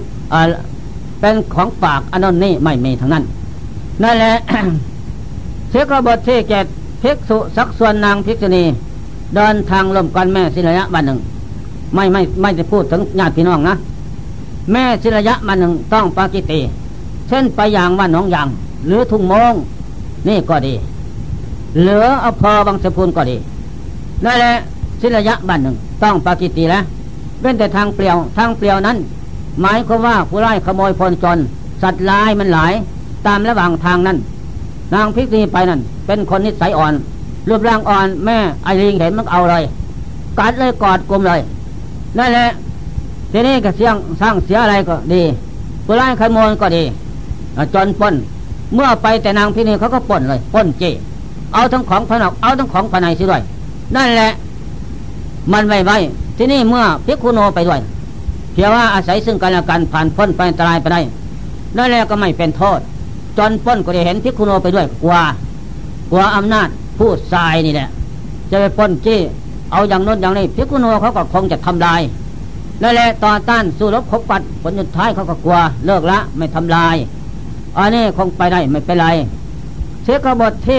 ของฝากอันนั้นนี่ไม่มีทั้งนั้นนั่นแหละ เชกบทที่7ภิกษุสักส่วนนางภิกษุณีเดินทางร่วมกันแม่ศิระยะบันหนึ่งไม่จะพูดถึงญาติพี่น้องนะแม่ศิระยะบันหนึ่งต้องปากิติเช่นไปอย่างว่าหนองยางหรือทุ่งโมงนี่ก็ดีเหลืออภบางสะพูนก็ดีนั่นแหละศิระยะบันหนึ่งต้องปากิติแล้วเป็นแต่ทางเปลี่ยวนั้นหมายความว่าผู้ร้ายขโมยพลจนสัตว์ร้ายมันหลายตามระหว่างทางนั้นนางภิกษุณีไปนั่นเป็นคนนิสัยอ่อนรูปร่างอ่อนแม่ไอริงเห็นมันเอาเลยกัดเลยกอดกลุ่มเลยนั่นแหละทีนี้ก็สร้างเสียอะไรก็ดีผู้ร้ายขโมยก็ดีจนปล้นเมื่อไปแต่นางภิกษุณีเขาก็ปล้นเลยปล้นจี้เอาทั้งของภายนอกเอาทั้งของภายในซิด้วยนั่นแหละมันไม่ไว้ที่นี่เมื่อภิกขุโนไปด้วยเพียงว่าอาศัยซึ่งกันและกันผ่านพ้นไปอันตรายไปได้นั่นแหละก็ไม่เป็นโทษจนพ้นก็ได้เห็นภิกขุโนไปด้วยกลัวอำนาจผู้ทรายนี่แหละจะไปพ้นจี้เอาอย่างโน้นอย่างนี้ภิกขุโนเขาก็คงจะทำลายนั่นแหละต่อต้านสู้รบขบปัดผลสุดท้ายเขาก็กลัวเลิกละไม่ทำลายอันนี้คงไปได้ไม่เป็นไรเชกบทที่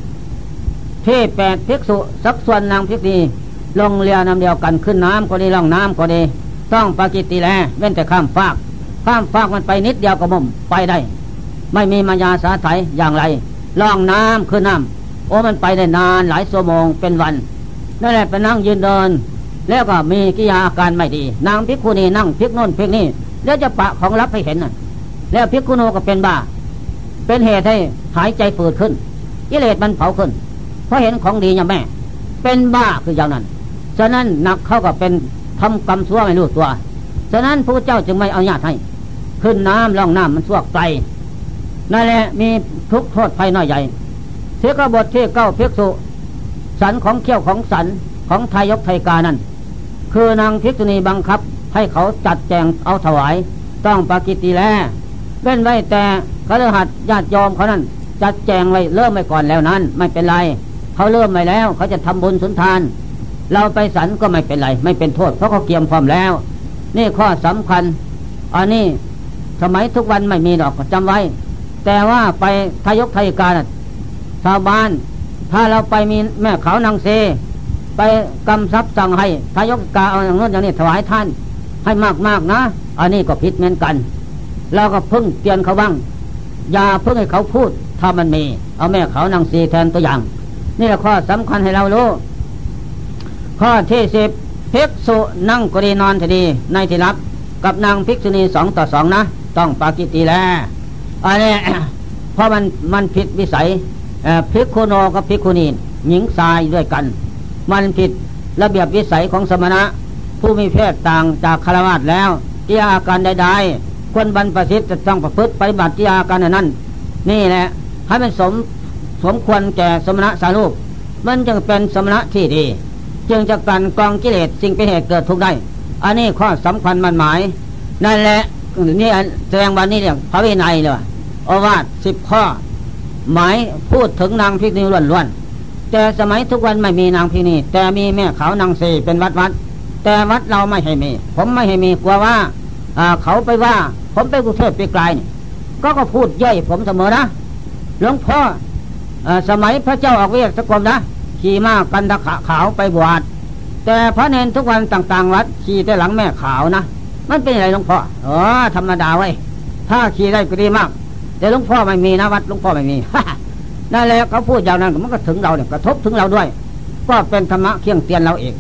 7ที่8ภิกษุสักส่วนนางภิกษุณีลงเรือนำเดียวกันขึ้นน้ำก็ดีล่องน้ำก็ดีต้องปากิติแลเว้นแต่ข้ามฟากมันไปนิดเดียวก็มุ่งไปได้ไม่มีมายาสาไถอย่างไรล่องน้ำขึ้นน้ำโอ้มันไปได้นานหลายชั่วโมงเป็นวันนั่นแหละไปนั่งยืนเดินแล้วก็มีกิริยาอาการไม่ดีนางภิกขุณีนั่งพลิกโน่นพลิกนี่แล้วจะปะของลับให้เห็นน่ะแล้วภิกขุโนก็เป็นบ้าเป็นเหตุให้หายใจฝืดขึ้นกิเลสมันเผาขึ้นเพราะเห็นของดีอย่างแม่เป็นบ้าคืออย่างนั้นฉะนั้นหนักเข้ากับเป็นทำกรรมชั่วไม่รู้ตัวฉะนั้นพระเจ้าจึงไม่อนุญาตให้ขึ้นน้ำล่องน้ำมันชั่วไกลนั่นแหละมีทุกโทษภัยน้อยใหญ่เทกบทที่9ภิกษุสันของเขี้ยวของสันของทายกไทกานั้นคือนางภิกษุณีบังคับให้เขาจัดแจงเอาถวายต้องปากิติแลเว้นไว้แต่คฤหัสถ์ญาติโยมเขานั้นจัดแจงไว้เริ่มไว้ก่อนแล้วนั้นไม่เป็นไรเขาเริ่มไว้แล้วเขาจะทำบุญสุนทานเราไปสันก็ไม่เป็นไรไม่เป็นโทษเพราะเขาเกียมพร้อมแล้วนี่ข้อสำคัญอันนี้สมัยทุกวันไม่มีดอกจำไว้แต่ว่าไปทายกไทกาชาวบ้านถ้าเราไปมีแม่ขาวนางเซไปกำทรัพย์สั่งให้ทายกกาเอาอย่างโน้นอย่างนี้ถวายท่านให้มากนะอันนี้ก็ผิดเหมือนกันเราก็พึ่งเตือนเขาบ้างอย่าพึ่งให้เขาพูดถ้ามันมีเอาแม่ขาวนางเซแทนตัวอย่างนี่แหละข้อสำคัญให้เรารู้ข้อที่10ภิกษุนั่งก็ดีนอนก็ดีในที่ลับกับนางภิกษุณี2 ต่อ 2นะต้องปากิติแลอันนี้ เพราะมันผิดวิสัยภิกขุโนกับภิกขุณีหญิงชายด้วยกันมันผิดระเบียบวิสัยของสมณะผู้มีเพศต่างจากฆราวาสแล้วกิริยาการใดๆควรบรรพชิตจะต้องประพฤติปฏิบัติกิริยาการนั้นนี่แหละให้มันสมควรแก่สมณะสารูปมันจึงเป็นสมณะที่ดีจึงจะกันกองกิเลสสิ่งเป็นเหตุเกิดทุกข์ได้อันนี้ข้อสำคัญมันหมายนั่นแหละนี่แสดงวันนี้เนี่ยพระวินัยเลยโอวาท10 ข้อหมายพูดถึงนางภิกษุณีล้วนๆแต่สมัยทุกวันไม่มีนางภิกษุณีแต่มีแม่ขาวนางเซเป็นวัดแต่วัดเราไม่ให้มีผมไม่ให้มีกลัวว่าเขาไปว่าผมไปกรุงเทพไปไกลนี่ก็พูดย่อยผมเสมอนะหลวงพ่อสมัยพระเจ้าออกเวสกรมนะขี่ม้ากันตะขาวไปบวชแต่พระเนนทุกวันต่างๆวัดขี่แต่หลังแม่ขาวนะมันเป็นอะไรหลวงพ่อธรรมดาไว้ถ้าขี่ได้ก็ดีมากแต่หลวงพ่อไม่มีนะวัดหลวงพ่อไม่มี นั่นแหละเขาพูดอย่างนั้นมันก็ถึงเราเนี่ยกระทบถึงเราด้วยก็เป็นธรรมะเคี่ยงเตียนเราเอง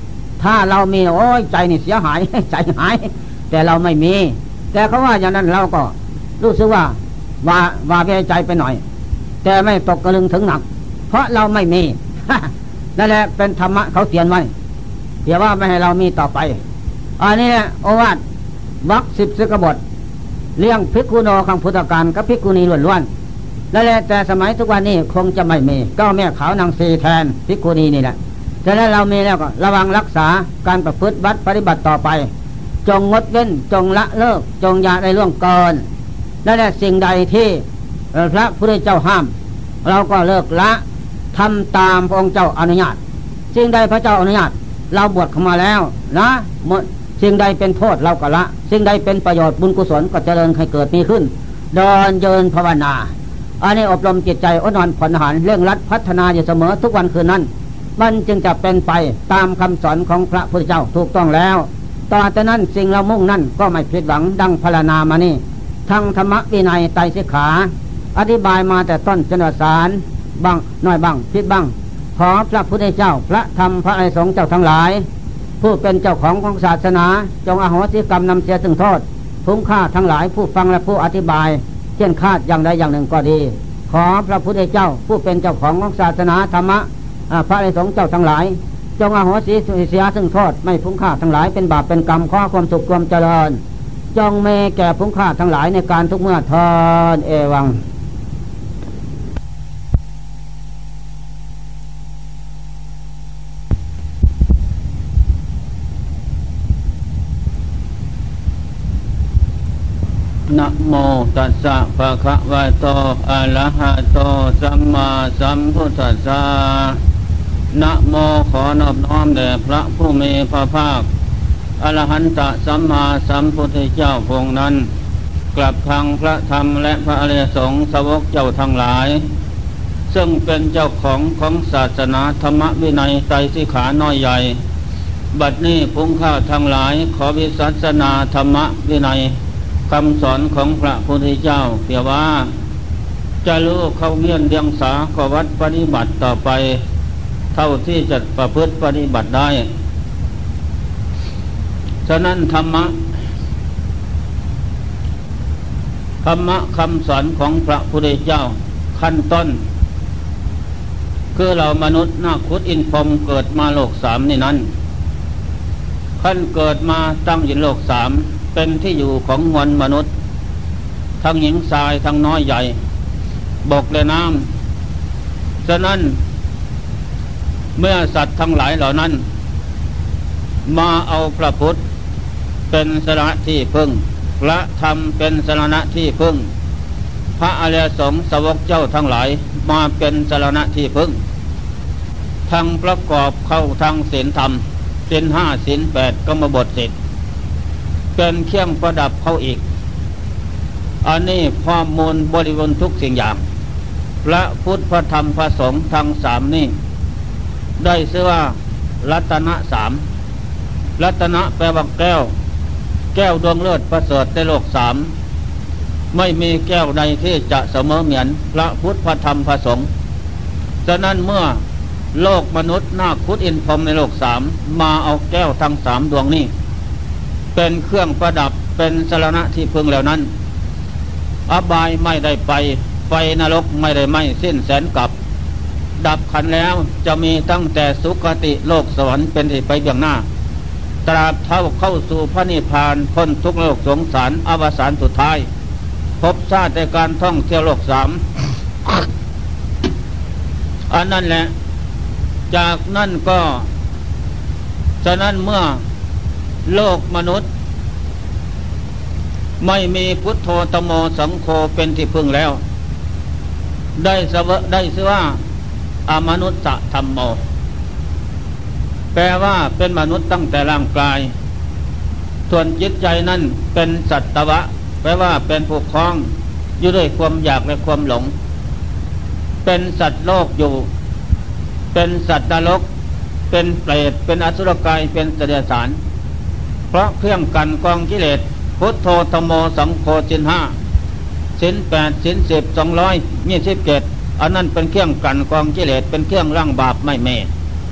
ถ้าเรามีโอ้ยใจนี่เสียหาย ใจหายแต่เราไม่มีแต่เขาว่าอย่างนั้นเราก็รู้สึกว่าเวใจไปหน่อยแต่ไม่ตกกระลึงถึงหนักเพราะเราไม่มี นั่นแหละเป็นธรรมะเขาเขียนไว้เดี๋ยวว่าไม่ให้เรามีต่อไปอันนี้แหละโอวาทวรรค10สิกบทเลี้ยงภิกขุโนขังพุทธการกับภิกขุณีล้วนๆนั่นแหละแต่สมัยทุกวันนี้คงจะไม่มีก็แม่ขาวนางสีแทนภิกขุณีนี่แหละฉะนั้นเรามีแล้วก็ระวังรักษาการประพฤติวัดปฏิบัติต่อไปจงงดเว้นจงละเลิกจงอย่าได้ล่วงเกินนั่นแหละสิ่งใดที่พระพุทธเจ้าห้ามเราก็เลิกละทำตามพระองค์เจ้าอนุญาตสิ่งใดพระเจ้าอนุญาตเราบวชเข้ามาแล้วนะสิ่งใดเป็นโทษเราก็ละสิ่งใดเป็นประโยชน์บุญกุศลก็เจริญให้เกิดมีขึ้นเดินเยินภาวนาอันนี้อบรมจิตใจอดนอนผ่อนอาหารเร่งรัดพัฒนาอยู่เสมอทุกวันคืนนั้นมันจึงจะเป็นไปตามคำสอนของพระพุทธเจ้าถูกต้องแล้วต่อจากนั้นสิ่งเรามุ่งนั่นก็ไม่ผิดหวังดังพรรณนามานี่ทั้งธรรมวินัยไตรสิกขาอธิบายมาแต่ต้นจนสารบ้างน้อยบ้างผิดบ้างขอพระพุทธเจ้าพระธรรมพระอริยสงฆ์เจ้าทั้งหลายผู้เป็นเจ้าของศาสนาจงอโหสิกรรมนำเสียซึ่งโทษคุ้มค่าทั้งหลายผู้ฟังและผู้อธิบายเช่นคาดอย่างใดอย่างหนึ่งก็ดีขอพระพุทธเจ้าผู้เป็นเจ้าของศาสนาธรรมะพระอริยสงฆ์เจ้าทั้งหลายจงอโหสิเสียซึ่งโทษไม่คุ้มค่าทั้งหลายเป็นบาปเป็นกรรมขอความสุขความเจริญจงมีแก่คุ้มค่าทั้งหลายในการทุกเมื่อเทินเอวังนะโมตัสสะภะคะวะโตอะระหะโตสัมมาสัมพุทธัสสะนะโมขอนอบน้อมแด่พระผู้มีพระภาคอรหันตสัมมาสัมพุทธเจ้าพระองค์นั้นกลับทางพระธรรมและพระอริยสงฆ์สาวกเจ้าทั้งหลายซึ่งเป็นเจ้าของศาสนาธรรมวินัยไตรสิกขาน้อยใหญ่บัดนี้พุงข้าทั้งหลายขอวิสัชนาธรรมวินัยคำสอนของพระพุทธเจ้าเพียงว่าจะรู้เข้าเวียนเดียงสาขวัดปฏิบัติต่อไปเท่าที่จะประพฤติปฏิบัติได้ฉะนั้นธรรมะคำสอนของพระพุทธเจ้าขั้นต้นคือเรามนุษย์นาคุดอินพรหมเกิดมาโลก3นี่นั้นขั้นเกิดมาตั้งอยู่โลก3เป็นที่อยู่ของมวลมนุษย์ทั้งหญิงชายทั้งน้อยใหญ่บกและน้ำฉะนั้นเมื่อสัตว์ทั้งหลายเหล่านั้นมาเอาพระพุทธเป็นสรณะที่พึ่งพระธรรมเป็นสรณะที่พึ่งพระอริยสงฆ์สาวกเจ้าทั้งหลายมาเป็นสรณะที่พึ่งทั้งประกอบเข้าทางศีลธรรมศีล5ศีล8กรรมบท10เป็นเครื่องประดับเขาอีกอันนี้พร้อมมูลบริบูรณ์ทุกสิ่งอย่างพระพุทธพระธรรมพระสงฆ์ทั้ง3นี่ได้ชื่อว่ารัตนะ3รัตนะแปลว่าแก้วดวงเลิศประเสริฐในโลก3ไม่มีแก้วใดที่จะเสมอเหมือนพระพุทธพระธรรมพระสงฆ์ฉะนั้นเมื่อโลกมนุษย์นาคพุทธอินพรหมในโลก3มาเอาแก้วทั้ง3ดวงนี้เป็นเครื่องประดับเป็นสรณะที่พึงแล้วนั้นอบายไม่ได้ไปไฟนรกไม่ได้ไหม้สิ้นแสนกับดับขันแล้วจะมีตั้งแต่สุคติโลกสวรรค์เป็นที่ไปเบื้องหน้าตราบเท่าเข้าสู่พระนิพพานพ้นทุกโลกสงสารอวสานสุดท้ายพบชาติในการท่องเที่ยวโลก3อันนั้นแหละจากนั้นก็ฉะนั้นเมื่อโลกมนุษย์ไม่มีพุทโธธโมสังโฆเป็นที่พึ่งแล้วได้ชื่อว่าอมนุษย์ธรรมโมแปลว่าเป็นมนุษย์ตั้งแต่ร่างกายส่วนจิตใจนั้นเป็นสัตวะแปลว่าเป็นผู้คล้องอยู่ด้วยความอยากและความหลงเป็นสัตว์โลกอยู่เป็นสัตว์นรกเป็นเปรตเป็นอสุรกายเป็นเดรัจฉานเพราะเครื่องกันกองกิเลสพุทโธธโมสังโฆศีล5ศีล8ศีล10 227อันนั้นเป็นเครื่องกันกองกิเลสเป็นเครื่องร่างบาปไม่เม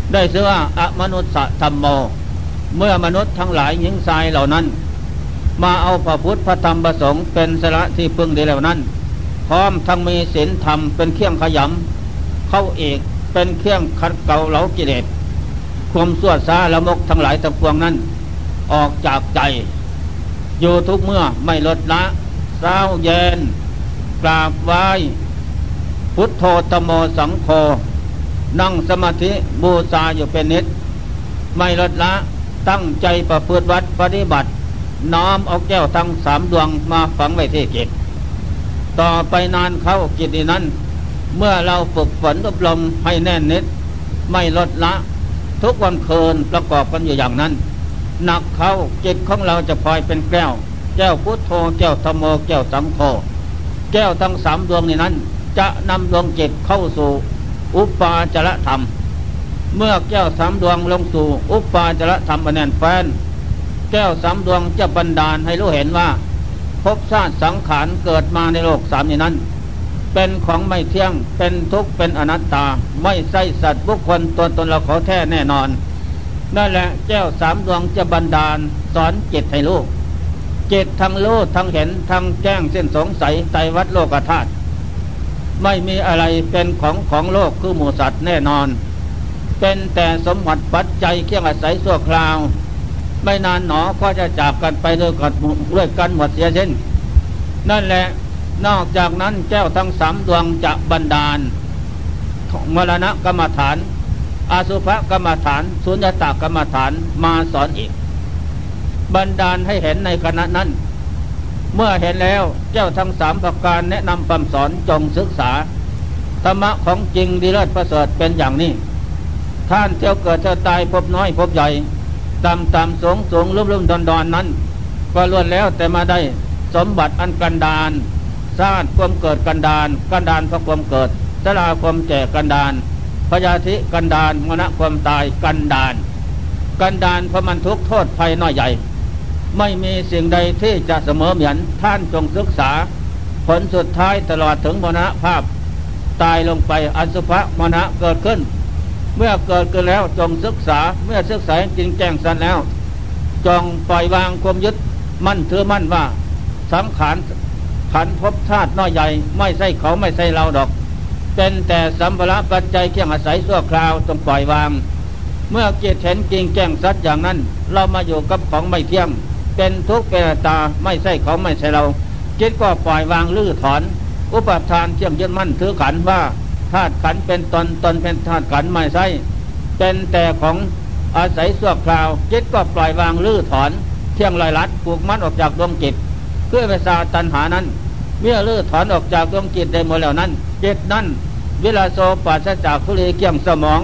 ได้ชื่อว่าอมนุษยธรรมโมเมื่อมนุษย์ทั้งหลายหญิงชายเหล่านั้นมาเอาพระพุทธพระธรรมพระสงฆ์เป็นสาระที่พึ่งดีแล้วนั้นพร้อมทั้งมีศีลธรรมเป็นเครื่องขยำเข้าเอกเป็นเครื่องขัดเกลาเหลากิเลสความสั่วซ่าละมกทั้งหลายทั้งปวงนั้นออกจากใจอยู่ทุกเมื่อไม่ลดละเศร้าเย็นกราบไหว้พุทโธธัมโมสังโฆนั่งสมาธิบูชาอยู่เป็นนิดไม่ลดละตั้งใจประพฤติวัดปฏิบัติน้อมเอาแก้วทั้งสามดวงมาฝังไว้ที่จิตต่อไปนานเข้าจิตนั้นเมื่อเราฝึกฝนอบรมให้แน่นนิดไม่ลดละทุกวันคืนประกอบกันอยู่อย่างนั้นหนักเข้าจิตของเราจะพลอยเป็นแก้วพุทโธแก้วธัมโมแก้วสังโฆแก้วทั้งสามดวงนี้นั้นจะนำดวงจิตเข้าสู่อุปาจารธรรมเมื่อแก้วสามดวงลงสู่อุปาจารธรรมอันแน่นแฟ้นแก้วสามดวงจะบันดาลให้รู้เห็นว่าภพชาติสังขารเกิดมาในโลกสามนี้นั้นเป็นของไม่เที่ยงเป็นทุกข์เป็นอนัตตาไม่ใช่สัตว์บุคคลตัวตนเราเขาแท้แน่นอนนั่นแหละแก้วสามดวงจะบันดาลสอนจิตให้รู้จิตทั้งรู้ทั้งเห็นทั้งแจ้งเส้นสงสัยไตรวัฏโลกธาตุไม่มีอะไรเป็นของโลกคือหมู่สัตว์แน่นอนเป็นแต่สมบัติปัจจัยเครื่องอาศัยชั่วคราวไม่นานหนอก็จะจากกันไปด้วยกันหมดเสียสิ้นนั่นแหละนอกจากนั้นแก้วทั้งสามดวงจะบันดาลมรณะกรรมฐานอสุภกรรมฐานสุญญตากรรมฐานมาสอนอีกบันดาลให้เห็นในขณะนั้นเมื่อเห็นแล้วแก้วทั้งสามประการแนะนำคำสอนจงศึกษาธรรมะของจริงดีเลิศประเสริฐเป็นอย่างนี้ท่านเที่ยวเกิดเที่ยวตายพบน้อยพบใหญ่ต่ำสูงลุ่มดอนนั้นก็ล้วนแล้วแต่มาได้สมบัติอันกันดารชาติความเกิดกันดารเพราะความเกิดชราความแก่กันดารพยาธิกันดารมรณะความตายกันดารเพราะมันทุกข์โทษภัยน้อยใหญ่ไม่มีสิ่งใดที่จะเสมอเหมือนท่านจงศึกษาผลสุดท้ายตลอดถึงมรณภาพตายลงไปอสุภมรณะเกิดขึ้นเมื่อเกิดขึ้นแล้วจงศึกษาเมื่อศึกษาจริงแจ้งสันแล้วจงปล่อยวางความยึดมั่นถือมั่นว่าสังขารขันธ์ภพชาติน้อยใหญ่ไม่ใช่เขาไม่ใช่เราดอกเป็นแต่สัมภาระปัจจัยเครื่องอาศัยชั่วคราวต้องปล่อยวางเมื่อจิตเห็นจริงแจ้งสัจอย่างนั้นเรามาอยู่กับของไม่เที่ยงเป็นทุกข์เป็นอนัตตาไม่ใช่เขาไม่ใช่เราจิตก็ปล่อยวางลื้อถอนอุปทานเชื่อมยึดมั่นถือขันธ์ว่าธาตุขันธ์เป็นตนเป็นธาตุขันธ์ไม่ใช่เป็นแต่ของอาศัยชั่วคราวจิตก็ปล่อยวางลื้อถอนเที่ยงลอยลัดผูกมัดออกจากดวงจิตเพื่อไปสาตัณหานั้นเมื่อลื้อถอนออกจากดวงจิตได้หมดแล้วนั้นจิตนั้นเวลาโสปราศจากทุลีเกี่ยงสมอง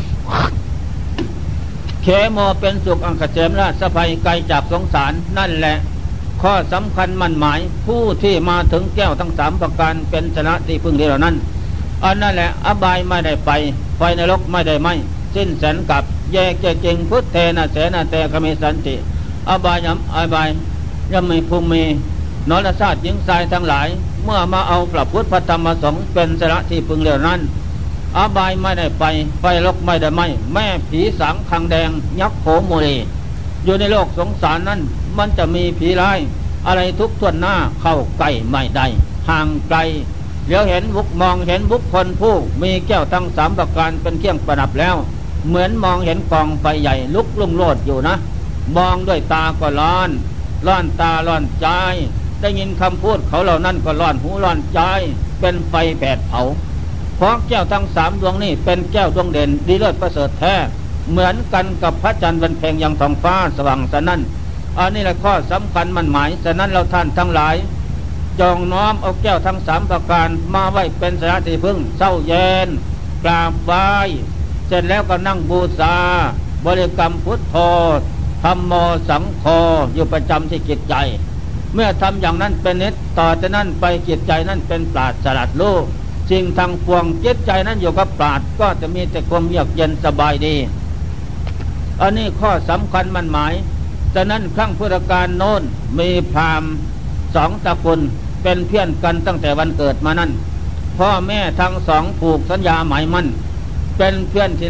เขโมเป็นสุขอังคเจมราชภัยไกลจากสงสารนั่นแหละข้อสำคัญมั่นหมายผู้ที่มาถึงแก้วทั้งสามประการเป็นชนะที่พึ่งเหล่านั้นอันนั่นแหละอบายไม่ได้ไปไฟนรกไม่ได้ไหมสิ้นแสนกับแยกเจจริงพุทธเทนะเสนาเตกเมสันติอบายย่ำไม่ภูมินรชาติหญิงชายทั้งหลายเมื่อมาเอาพระพุทธพระธรรมพระสงฆ์เป็นชนะที่พึ่งเหล่านั้นอบายไม่ได้ไปไฟนรกไม่ได้ไหมแม่ผีสางคังแดงยักษ์โขโมเลอยู่ในโลกสงสารนั้นมันจะมีผีร้ายอะไรทุกท่วนหน้าเข้าใกล้ไม่ได้ห่างไกลเดี๋ยวเห็นมองเห็นบุคคลผู้มีแก้วทั้งสามประการเป็นเครื่องประดับแล้วเหมือนมองเห็นกองไฟใหญ่ลุกลุ่งโลดอยู่นะมองด้วยตาก็ร้อนตาร้อนใจได้ยินคำพูดเขาเหล่านั้นก็ร้อนหูร้อนใจเป็นไฟแผดเผาเพราะแก้วทั้งสามดวงนี้เป็นแก้วดวงเด่นดีเลิศประเสริฐแท้เหมือนกันกับพระจันทร์วันเพ็ญยังท้องฟ้าสว่างฉะนั้นอันนี้แหละข้อสำคัญมันหมายฉะนั้นเราท่านทั้งหลายจงน้อมเอาแก้วทั้งสามประการมาไว้เป็นสถานที่พึ่งเศร้าเย็นกราบไหว้เสร็จแล้วก็นั่งบูชาบริกรรมพุทโธธัมโมสังโฆอยู่ประจำที่จิตใจเมื่อทำอย่างนั้นเป็นนิจต่อจากนั้นไปจิตใจนั้นเป็นปราศสลัดโลกสิ่งทางปวงจิตใจนั้นอยู่กับปราศก็จะมีแต่ความเยือกเย็นสบายดีอันนี้ข้อสำคัญมันหมายฉะนั้นครั้งพุทธกาลโน้นมีพราหมณ์สองตระกูลเป็นเพื่อนกันตั้งแต่วันเกิดมานั้นพ่อแม่ทั้งสองผูกสัญญาหมายมั่นเป็นเพื่อนที่รัก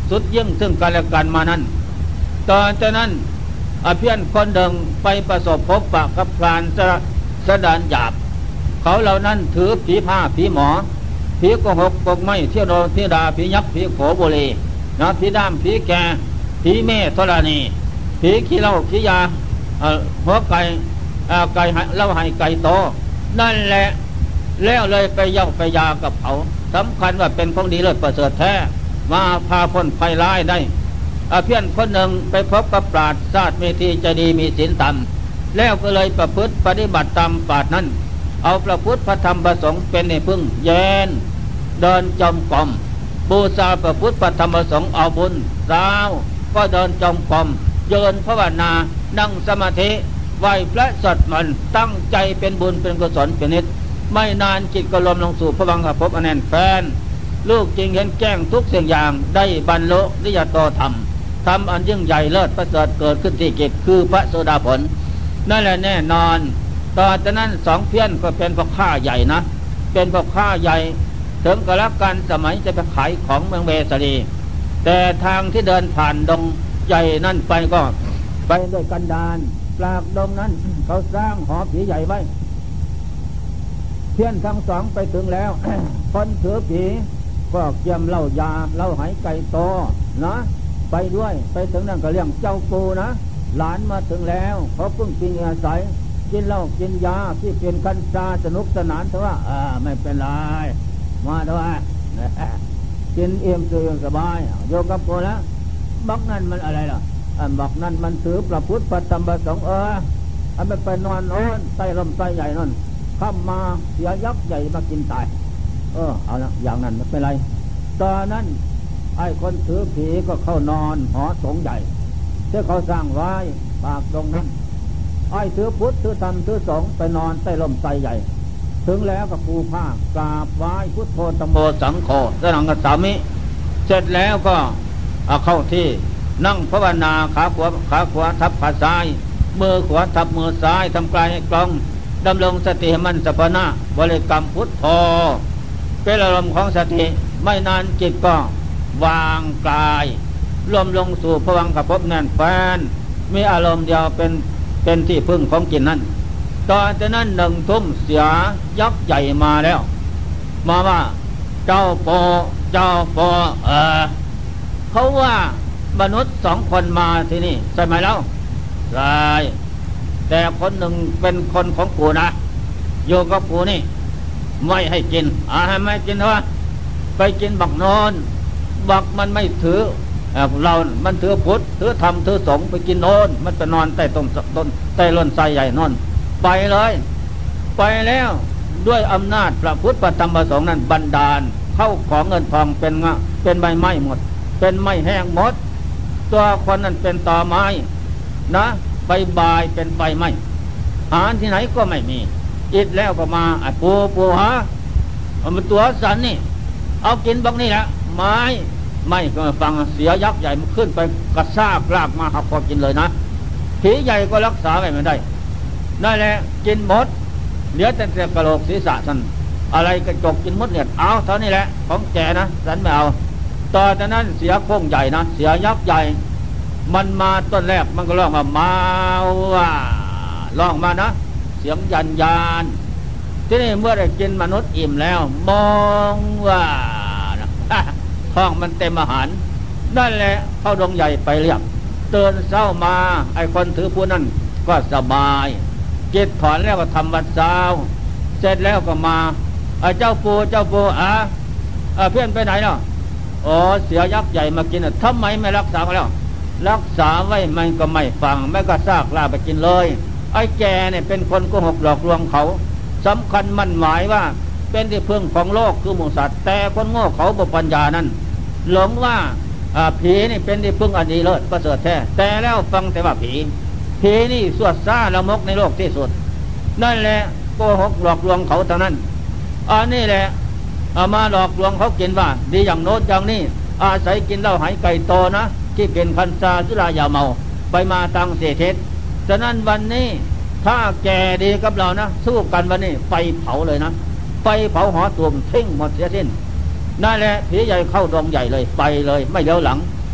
สุดยิ่งซึ่งกันและกันมานั้นตอนจากนั้นเพี้ยนคนเดิงไปประสบพบปะกับพรานสดานหยาบเขาเหล่านั้นถือผีผ้าผีหมอผีโกหกโกงไม้เที่ยวโดนผีดาผียักษ์ผีโขบุรีนะผีด้ามผีแก่ผีเมฆธรณีผีขี้เหล้าขี้ยาหัวไก่ไก่เล่าให้ไก่โตนั่นแหละแล้วเลยไปเย่าไปยากับเขาสำคัญว่าเป็นของดีเลิศประเสริฐแท้มาพาพ้นภัยร้ายได้เพี้ยนคนหนึ่งไปพบกับปราชญ์ชาติเมธีใจดีมีศีลธรรมแล้วก็เลยประพฤติปฏิบัติตามปราชญ์นั้นเอาพระพุทธพระธรรมพระสงฆ์เป็นในพึ่งแยนเดินจมกรมบูชาพระพุทธพระธรรมพระสงฆ์เอาบุญสาวก็เดินจมกรมเยินภาวนานั่งสมาธิไหวพระสวดมนต์ตั้งใจเป็นบุญเป็นกุศลเป็นนิจไม่นานจิตก็รวมลงสู่พระวังคภพอแน่นแฟนลูกจริงเห็นแจ้งทุกสิ่งอย่างได้บรรลุนิยตธรรมทำอันยิ่งใหญ่เลิศประเสริฐเกิดขึ้นที่จิตคือพระโสดาผลนั่นแหละแน่นอนต่อจากนั้นสองเพี้ยนก็เป็นพ่อค้าใหญ่นะเป็นพ่อค้าใหญ่ถึงกระกันสมัยจะไปขายของเมืองเวสลีแต่ทางที่เดินผ่านดงใหญ่นั่นไปก็ไปด้วยกันดารปากดงนั้นเขาสร้างหอผีใหญ่ไว้เพี้ยนทั้งสองไปถึงแล้ว คนถือผีก็เกี่ยมเหล้ายาเหล้าหายไก่โตนะไปด้วยไปถึงนั่นก็เลี้ยงเจ้าปูนะหลานมาถึงแล้วเขาเพิ่งกินอาศัยกินเหล้ากินยาที่เป็นคันซาสนุกสนานเถอะว่าไม่เป็นไรมาด้วยกินเอี่ยมตัวอย่างสบายโยกับปูแล้วบักนั่นมันอะไรล่ะบักนั่นมันถือพระพุทธพระธรรมพระสงฆ์มันไปนอนโอนใต้ลมใต้ใหญ่นั่นข้ามมาเสียยักษ์ใหญ่มากินตายเอาละอย่างนั้นไม่เป็นไรตอนนั้นไอ้คนถือผีก็เข้านอนหอสงฆ์ใหญ่ที่เขาสร้างไว้ปากตรงนั้นไอ้ถือพุทธถือธรรมถือสงฆ์ไปนอนใต้ลมไทรใหญ่ถึงแล้วก็ปูผ้ากราบไหว้พุทโธธัมโมสังโฆสนังกัสสามิเสร็จแล้วก็เข้าที่นั่งภาวนาขาขวาทับขาซ้ายมือขวาทับมือซ้ายทำกายให้กลองดำรงสติให้มันสัพพนะบริกรรมพุทโธเป็นอารมณ์ของสติไม่นานจิตก็วางกายรวมลงสู่ภวังคภพแน่นแฟนมีอารมณ์เดียวเป็นที่พึ่งของจิตนั้นตอนนั้นหนึ่งทุ่มเสียยักษ์ใหญ่มาแล้วมาว่าเจ้าโปเขาว่ามนุษย์สองคนมาที่นี่ใช่ไหมแล้วใช่แต่คนหนึ่งเป็นคนของกูนะโยกับกูนี่ไม่ให้กินไม่กินเถอะไปกินบักนอนบักมันไม่ถือเรามันถือพุทธถือธรรมถือสงฆ์ไปกินโอนมันไปนอนใต้ต้นใต้ร่นไทรใหญ่นอนไปเลยไปแล้วด้วยอำนาจพระพุทธพระธรรมพระสงฆ์นั้นบันดาลเข้าของเงินทองเป็นใบไม้หมดเป็นไม้แห้งหมดตัวคนนั้นเป็นตอไม้นะใบบายเป็นใบไม้อาหารที่ไหนก็ไม่มีอิดแล้วก็มาปูฮะมันตัวสันนี่เอากินบักนี่แหละไม้ไม่ก็ฟังเสียยักษ์ใหญ่มันขึ้นไปกระซากลากมาหักพอกินเลยนะผีใหญ่ก็รักษาไว้ไม่ได้นั่นแหละกินหมดเหลือแต่กระโหลกศีรษะท่านอะไรกระจกกินหมดเนี่ยเอาเท่านี้แหละของแกนะสันไม่เอาต่อจากนั้นเสียโค้งใหญ่นะเสียยักษ์ใหญ่มันมาต้นแรกมันก็ร้องมาว่าร้องมานะเสียงยานที่นี่เมื่อได้กินมนุษย์อิ่มแล้วมองว่าท้องมันเต็มอาหารนั่นแหละเข้าดงใหญ่ไปเรียบเตือนเศร้ามาไอ้คนถือผู้นั้นก็สบายจิตถอนแล้วก็ทำวัดเช้าเสร็จแล้วก็มาเจ้าปูเพื่อนไปไหนเนาะเสียยักษ์ใหญ่มากินทำไมไม่รักษาแล้วรักษาไว้มันก็ไม่ฟังไม่ก็ซากลาไปกินเลยไอ้แกเนี่ยเป็นคนโกหกหลอกลวงเขาสำคัญมั่นหมายว่าเป็นที่พึ่งของโลกคือหมูสัตว์แต่คนโง่เขาบุปัญญานั้นหลงว่าผีนี่เป็นที่พึ่งอันดีเลิศประเสริฐแท้แต่แล้วฟังแต่ว่าผีนี่สวดซ่าละมกในโลกที่สุดนั่นแหละโกหกหลอกลวงเขาเท่านั้นนี่แหละมาหลอกลวงเขากินว่าดีอย่างโน้นอย่างนี้อาศัยกินเหล้าหายไก่โตนะที่เป็นคันซาสุรายาเมาไปมาตังเสเทศฉะนั้นวันนี้ถ้าแกดีกับเรานะสู้กันวันนี้ไฟเผาเลยนะไฟเผาหอตูมทิ้งหมดเสียสิ้นนั่นแหละผีใหญ่เข้าดงใหญ่เลยไปเลยไม่เลี้ยวหลัง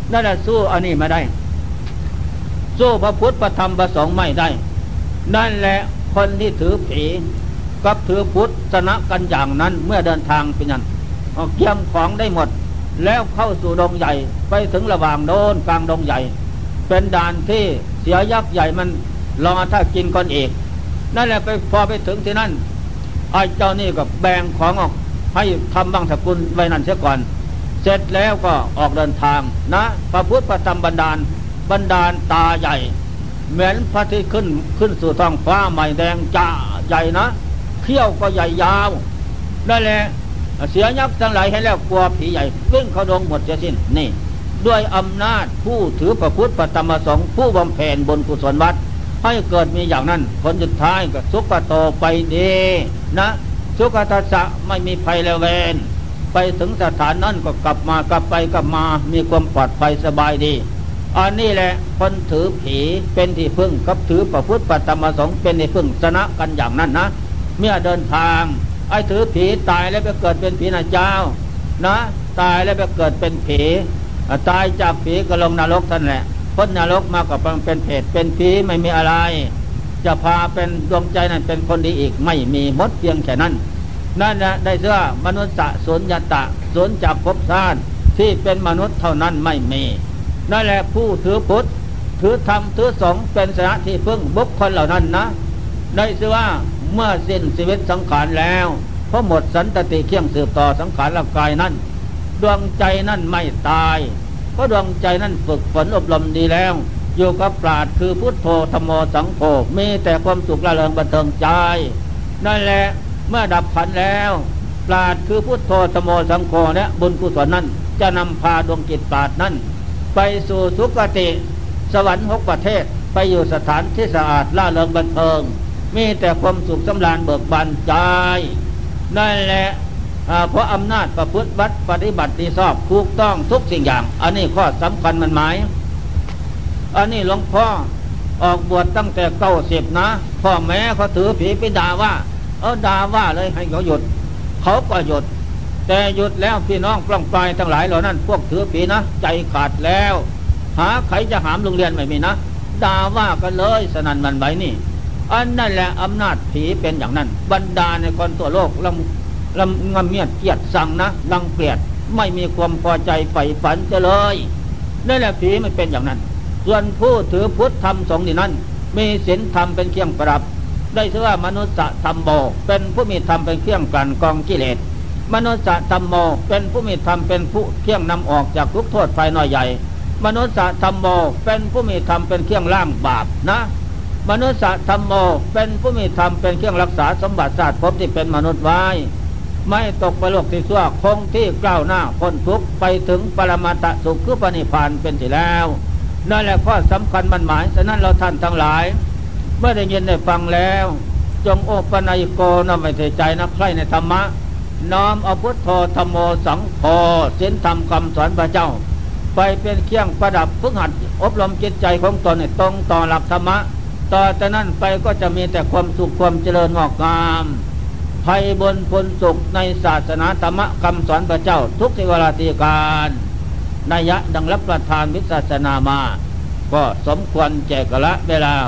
นั่นแหละสู้อันนี้ไม่ได้สู้พระพุทธพระธรรมพระสงฆ์ไม่ได้นั่นแหละคนที่ถือผีกับถือพุทธชนะกันอย่างนั้นเมื่อเดินทางเป็นนั้นเกี่ยมของได้หมดแล้วเข้าสู่ดงใหญ่ไปถึงระหว่างโน้นกลางดงใหญ่เป็นด่านที่เสียยักษ์ใหญ่มันรอถ้ากินก่อนเอกนั่นแหละพอไปถึงที่นั่นไอ้เจ้านี่ก็แบ่งของออกให้ทำบังสกุลไว้นั่นเสียก่อนเสร็จแล้วก็ออกเดินทางนะพระพุทธพระธรรมบันดาลตาใหญ่เหมือนพระอาทิตย์ขึ้นสู่ท้องฟ้าใหม่แดงจ้าใหญ่นะเขี้ยวก็ใหญ่ยาวนั่นแหละเสียยักษ์ทั้งหลายให้แล้วกลัวผีใหญ่วิ่งเข้าดงหมดเสียสิ้นนี่ด้วยอำนาจผู้ถือพระพุทธพระธรรมพระสงฆ์ผู้บำเพ็ญบุญกุศลวัดให้เกิดมีอย่างนั้นผลสุดท้ายก็สุขโตไปดีนะสุขทัสสะไม่มีภัยแล้วเวนไปถึงสถานนั้นก็กลับไปมีความปลอดภัยสบายดีอันนี้แหละคนถือผีเป็นที่พึ่งกับถือพระพุทธพระธรรมพระสงฆ์เป็นที่พึ่งชนะกันอย่างนั้นนะเมื่อเดินทางไอ้ถือผีตายแล้วไปเกิดเป็นผีนะเจ้านะตายแล้วไปเกิดเป็นผีตายจากผีก็ลงนรกท่านแหละพ้นนรกมาก็เป็นเพศเป็นผีไม่มีอะไรจะพาเป็นดวงใจนั้นเป็นคนดีอีกไม่มีมดเพียงแค่นั้นนั่นนะได้เสื้อมนุษย์สุญญตะสุญจากภพชาติที่เป็นมนุษย์เท่านั้นไม่มีนั่นแหละผู้ถือพุทธถือธรรมถือสงฆ์เป็นสถานที่พึ่งบุคคลเหล่านั้นนะได้เสื้อเมื่อสิ้นชีวิตสังขารแล้วเพราะหมดสันตติเคี่ยงสืบต่อสังขารร่างกายนั้นดวงใจนั้นไม่ตายเพราะดวงใจนั้นฝึกฝนอบรมดีแล้วอยู่กับปราชญ์คือพุทโธธัมโมสังโฆมีแต่ความสุขละเริงบันเทิงใจนั่นแหละเมื่อดับขันแล้วปราชญ์คือพุทโธธัมโมสังโฆเนี่ยบุญกุศลนั้นจะนำพาดวงจิตปราชญ์นั้นไปสู่สุคติสวรรค์6ประเทศไปอยู่สถานที่สะอาดละเริงบันเทิงมีแต่ความสุขสำราญเบิกบานใจนั่นแหละเพราะอำนาจประพฤติวัดปฏิบัติดีชอบถูกต้องทุกสิ่งอย่างอันนี้ข้อสำคัญมันหมายอันนี้หลวงพ่อออกบวชตั้งแต่90นะพ่อแม่เขาถือผีไปด่าว่าด่าว่าเลยให้เขาหยุดเขาก็หยุดแต่หยุดแล้วพี่น้องปล้องปลายทั้งหลายเหล่านั้นพวกถือผีนะใจขาดแล้วหาใครจะหามโรงเรียนไม่มีนะด่าว่ากันเลยสนั่นมันไหวนี่อันนั่นแหละอำนาจผีเป็นอย่างนั้นบรรดาในคนตัวโลกลำงำเมียดเกียดสั่งนะรังเกียจไม่มีความพอใจใฝ่ฝันจะเลยนั่นแหละผีมันเป็นอย่างนั้นส่วนผู้ถือพุทธธรรมสงฆ์นี่นั้นมีศีลธรรมเป็นเครื่องประดับได้ชื่อว่ามนุษย์ธรรมโมเป็นผู้มีธรรมเป็นเครื่องกลั่นกรองกิเลสมนุษย์ธรรมโมเป็นผู้มีธรรมเป็นผู้เครื่องนำออกจากทุกโทษภายน้อยใหญ่มนุษย์ธรรมโมเป็นผู้มีธรรมเป็นเครื่องล้างบาปนะมนุษย์ธรรมโมเป็นผู้มีธรรมเป็นเครื่องรักษาสมบัติศาสตร์ภพที่เป็นมนุษย์ไว้ไม่ตกไปโลกที่ชั่วคงที่ก้าวหน้าพ้นทุกข์ไปถึงปรมาตสุขคือพระนิพพานเป็นที่แล้วนั่นแหละข้อสำคัญมันหมายฉะนั้นเราท่านทั้งหลายเมื่อได้ยินได้ฟังแล้วจงโอปนัยโกน้อมไว้ในใจนักใคร่ในธรรมะน้อมเอาพุทโธธัมโมสังโฆศีลธรรมคำสอนพระเจ้าไปเป็นเครื่องประดับฝึกหัดอบรมจิตใจของตนให้ตรงต่อหลักธรรมะต่อจากนั้นไปก็จะมีแต่ความสุขความเจริญงอกงามภัยบนผลสุขในศาสนาธรรมะคำสอนพระเจ้าทุกสิเวลาตีการนัยยะดังรับประทานวิศาสนามาก็สมควรแก่กาลเวลา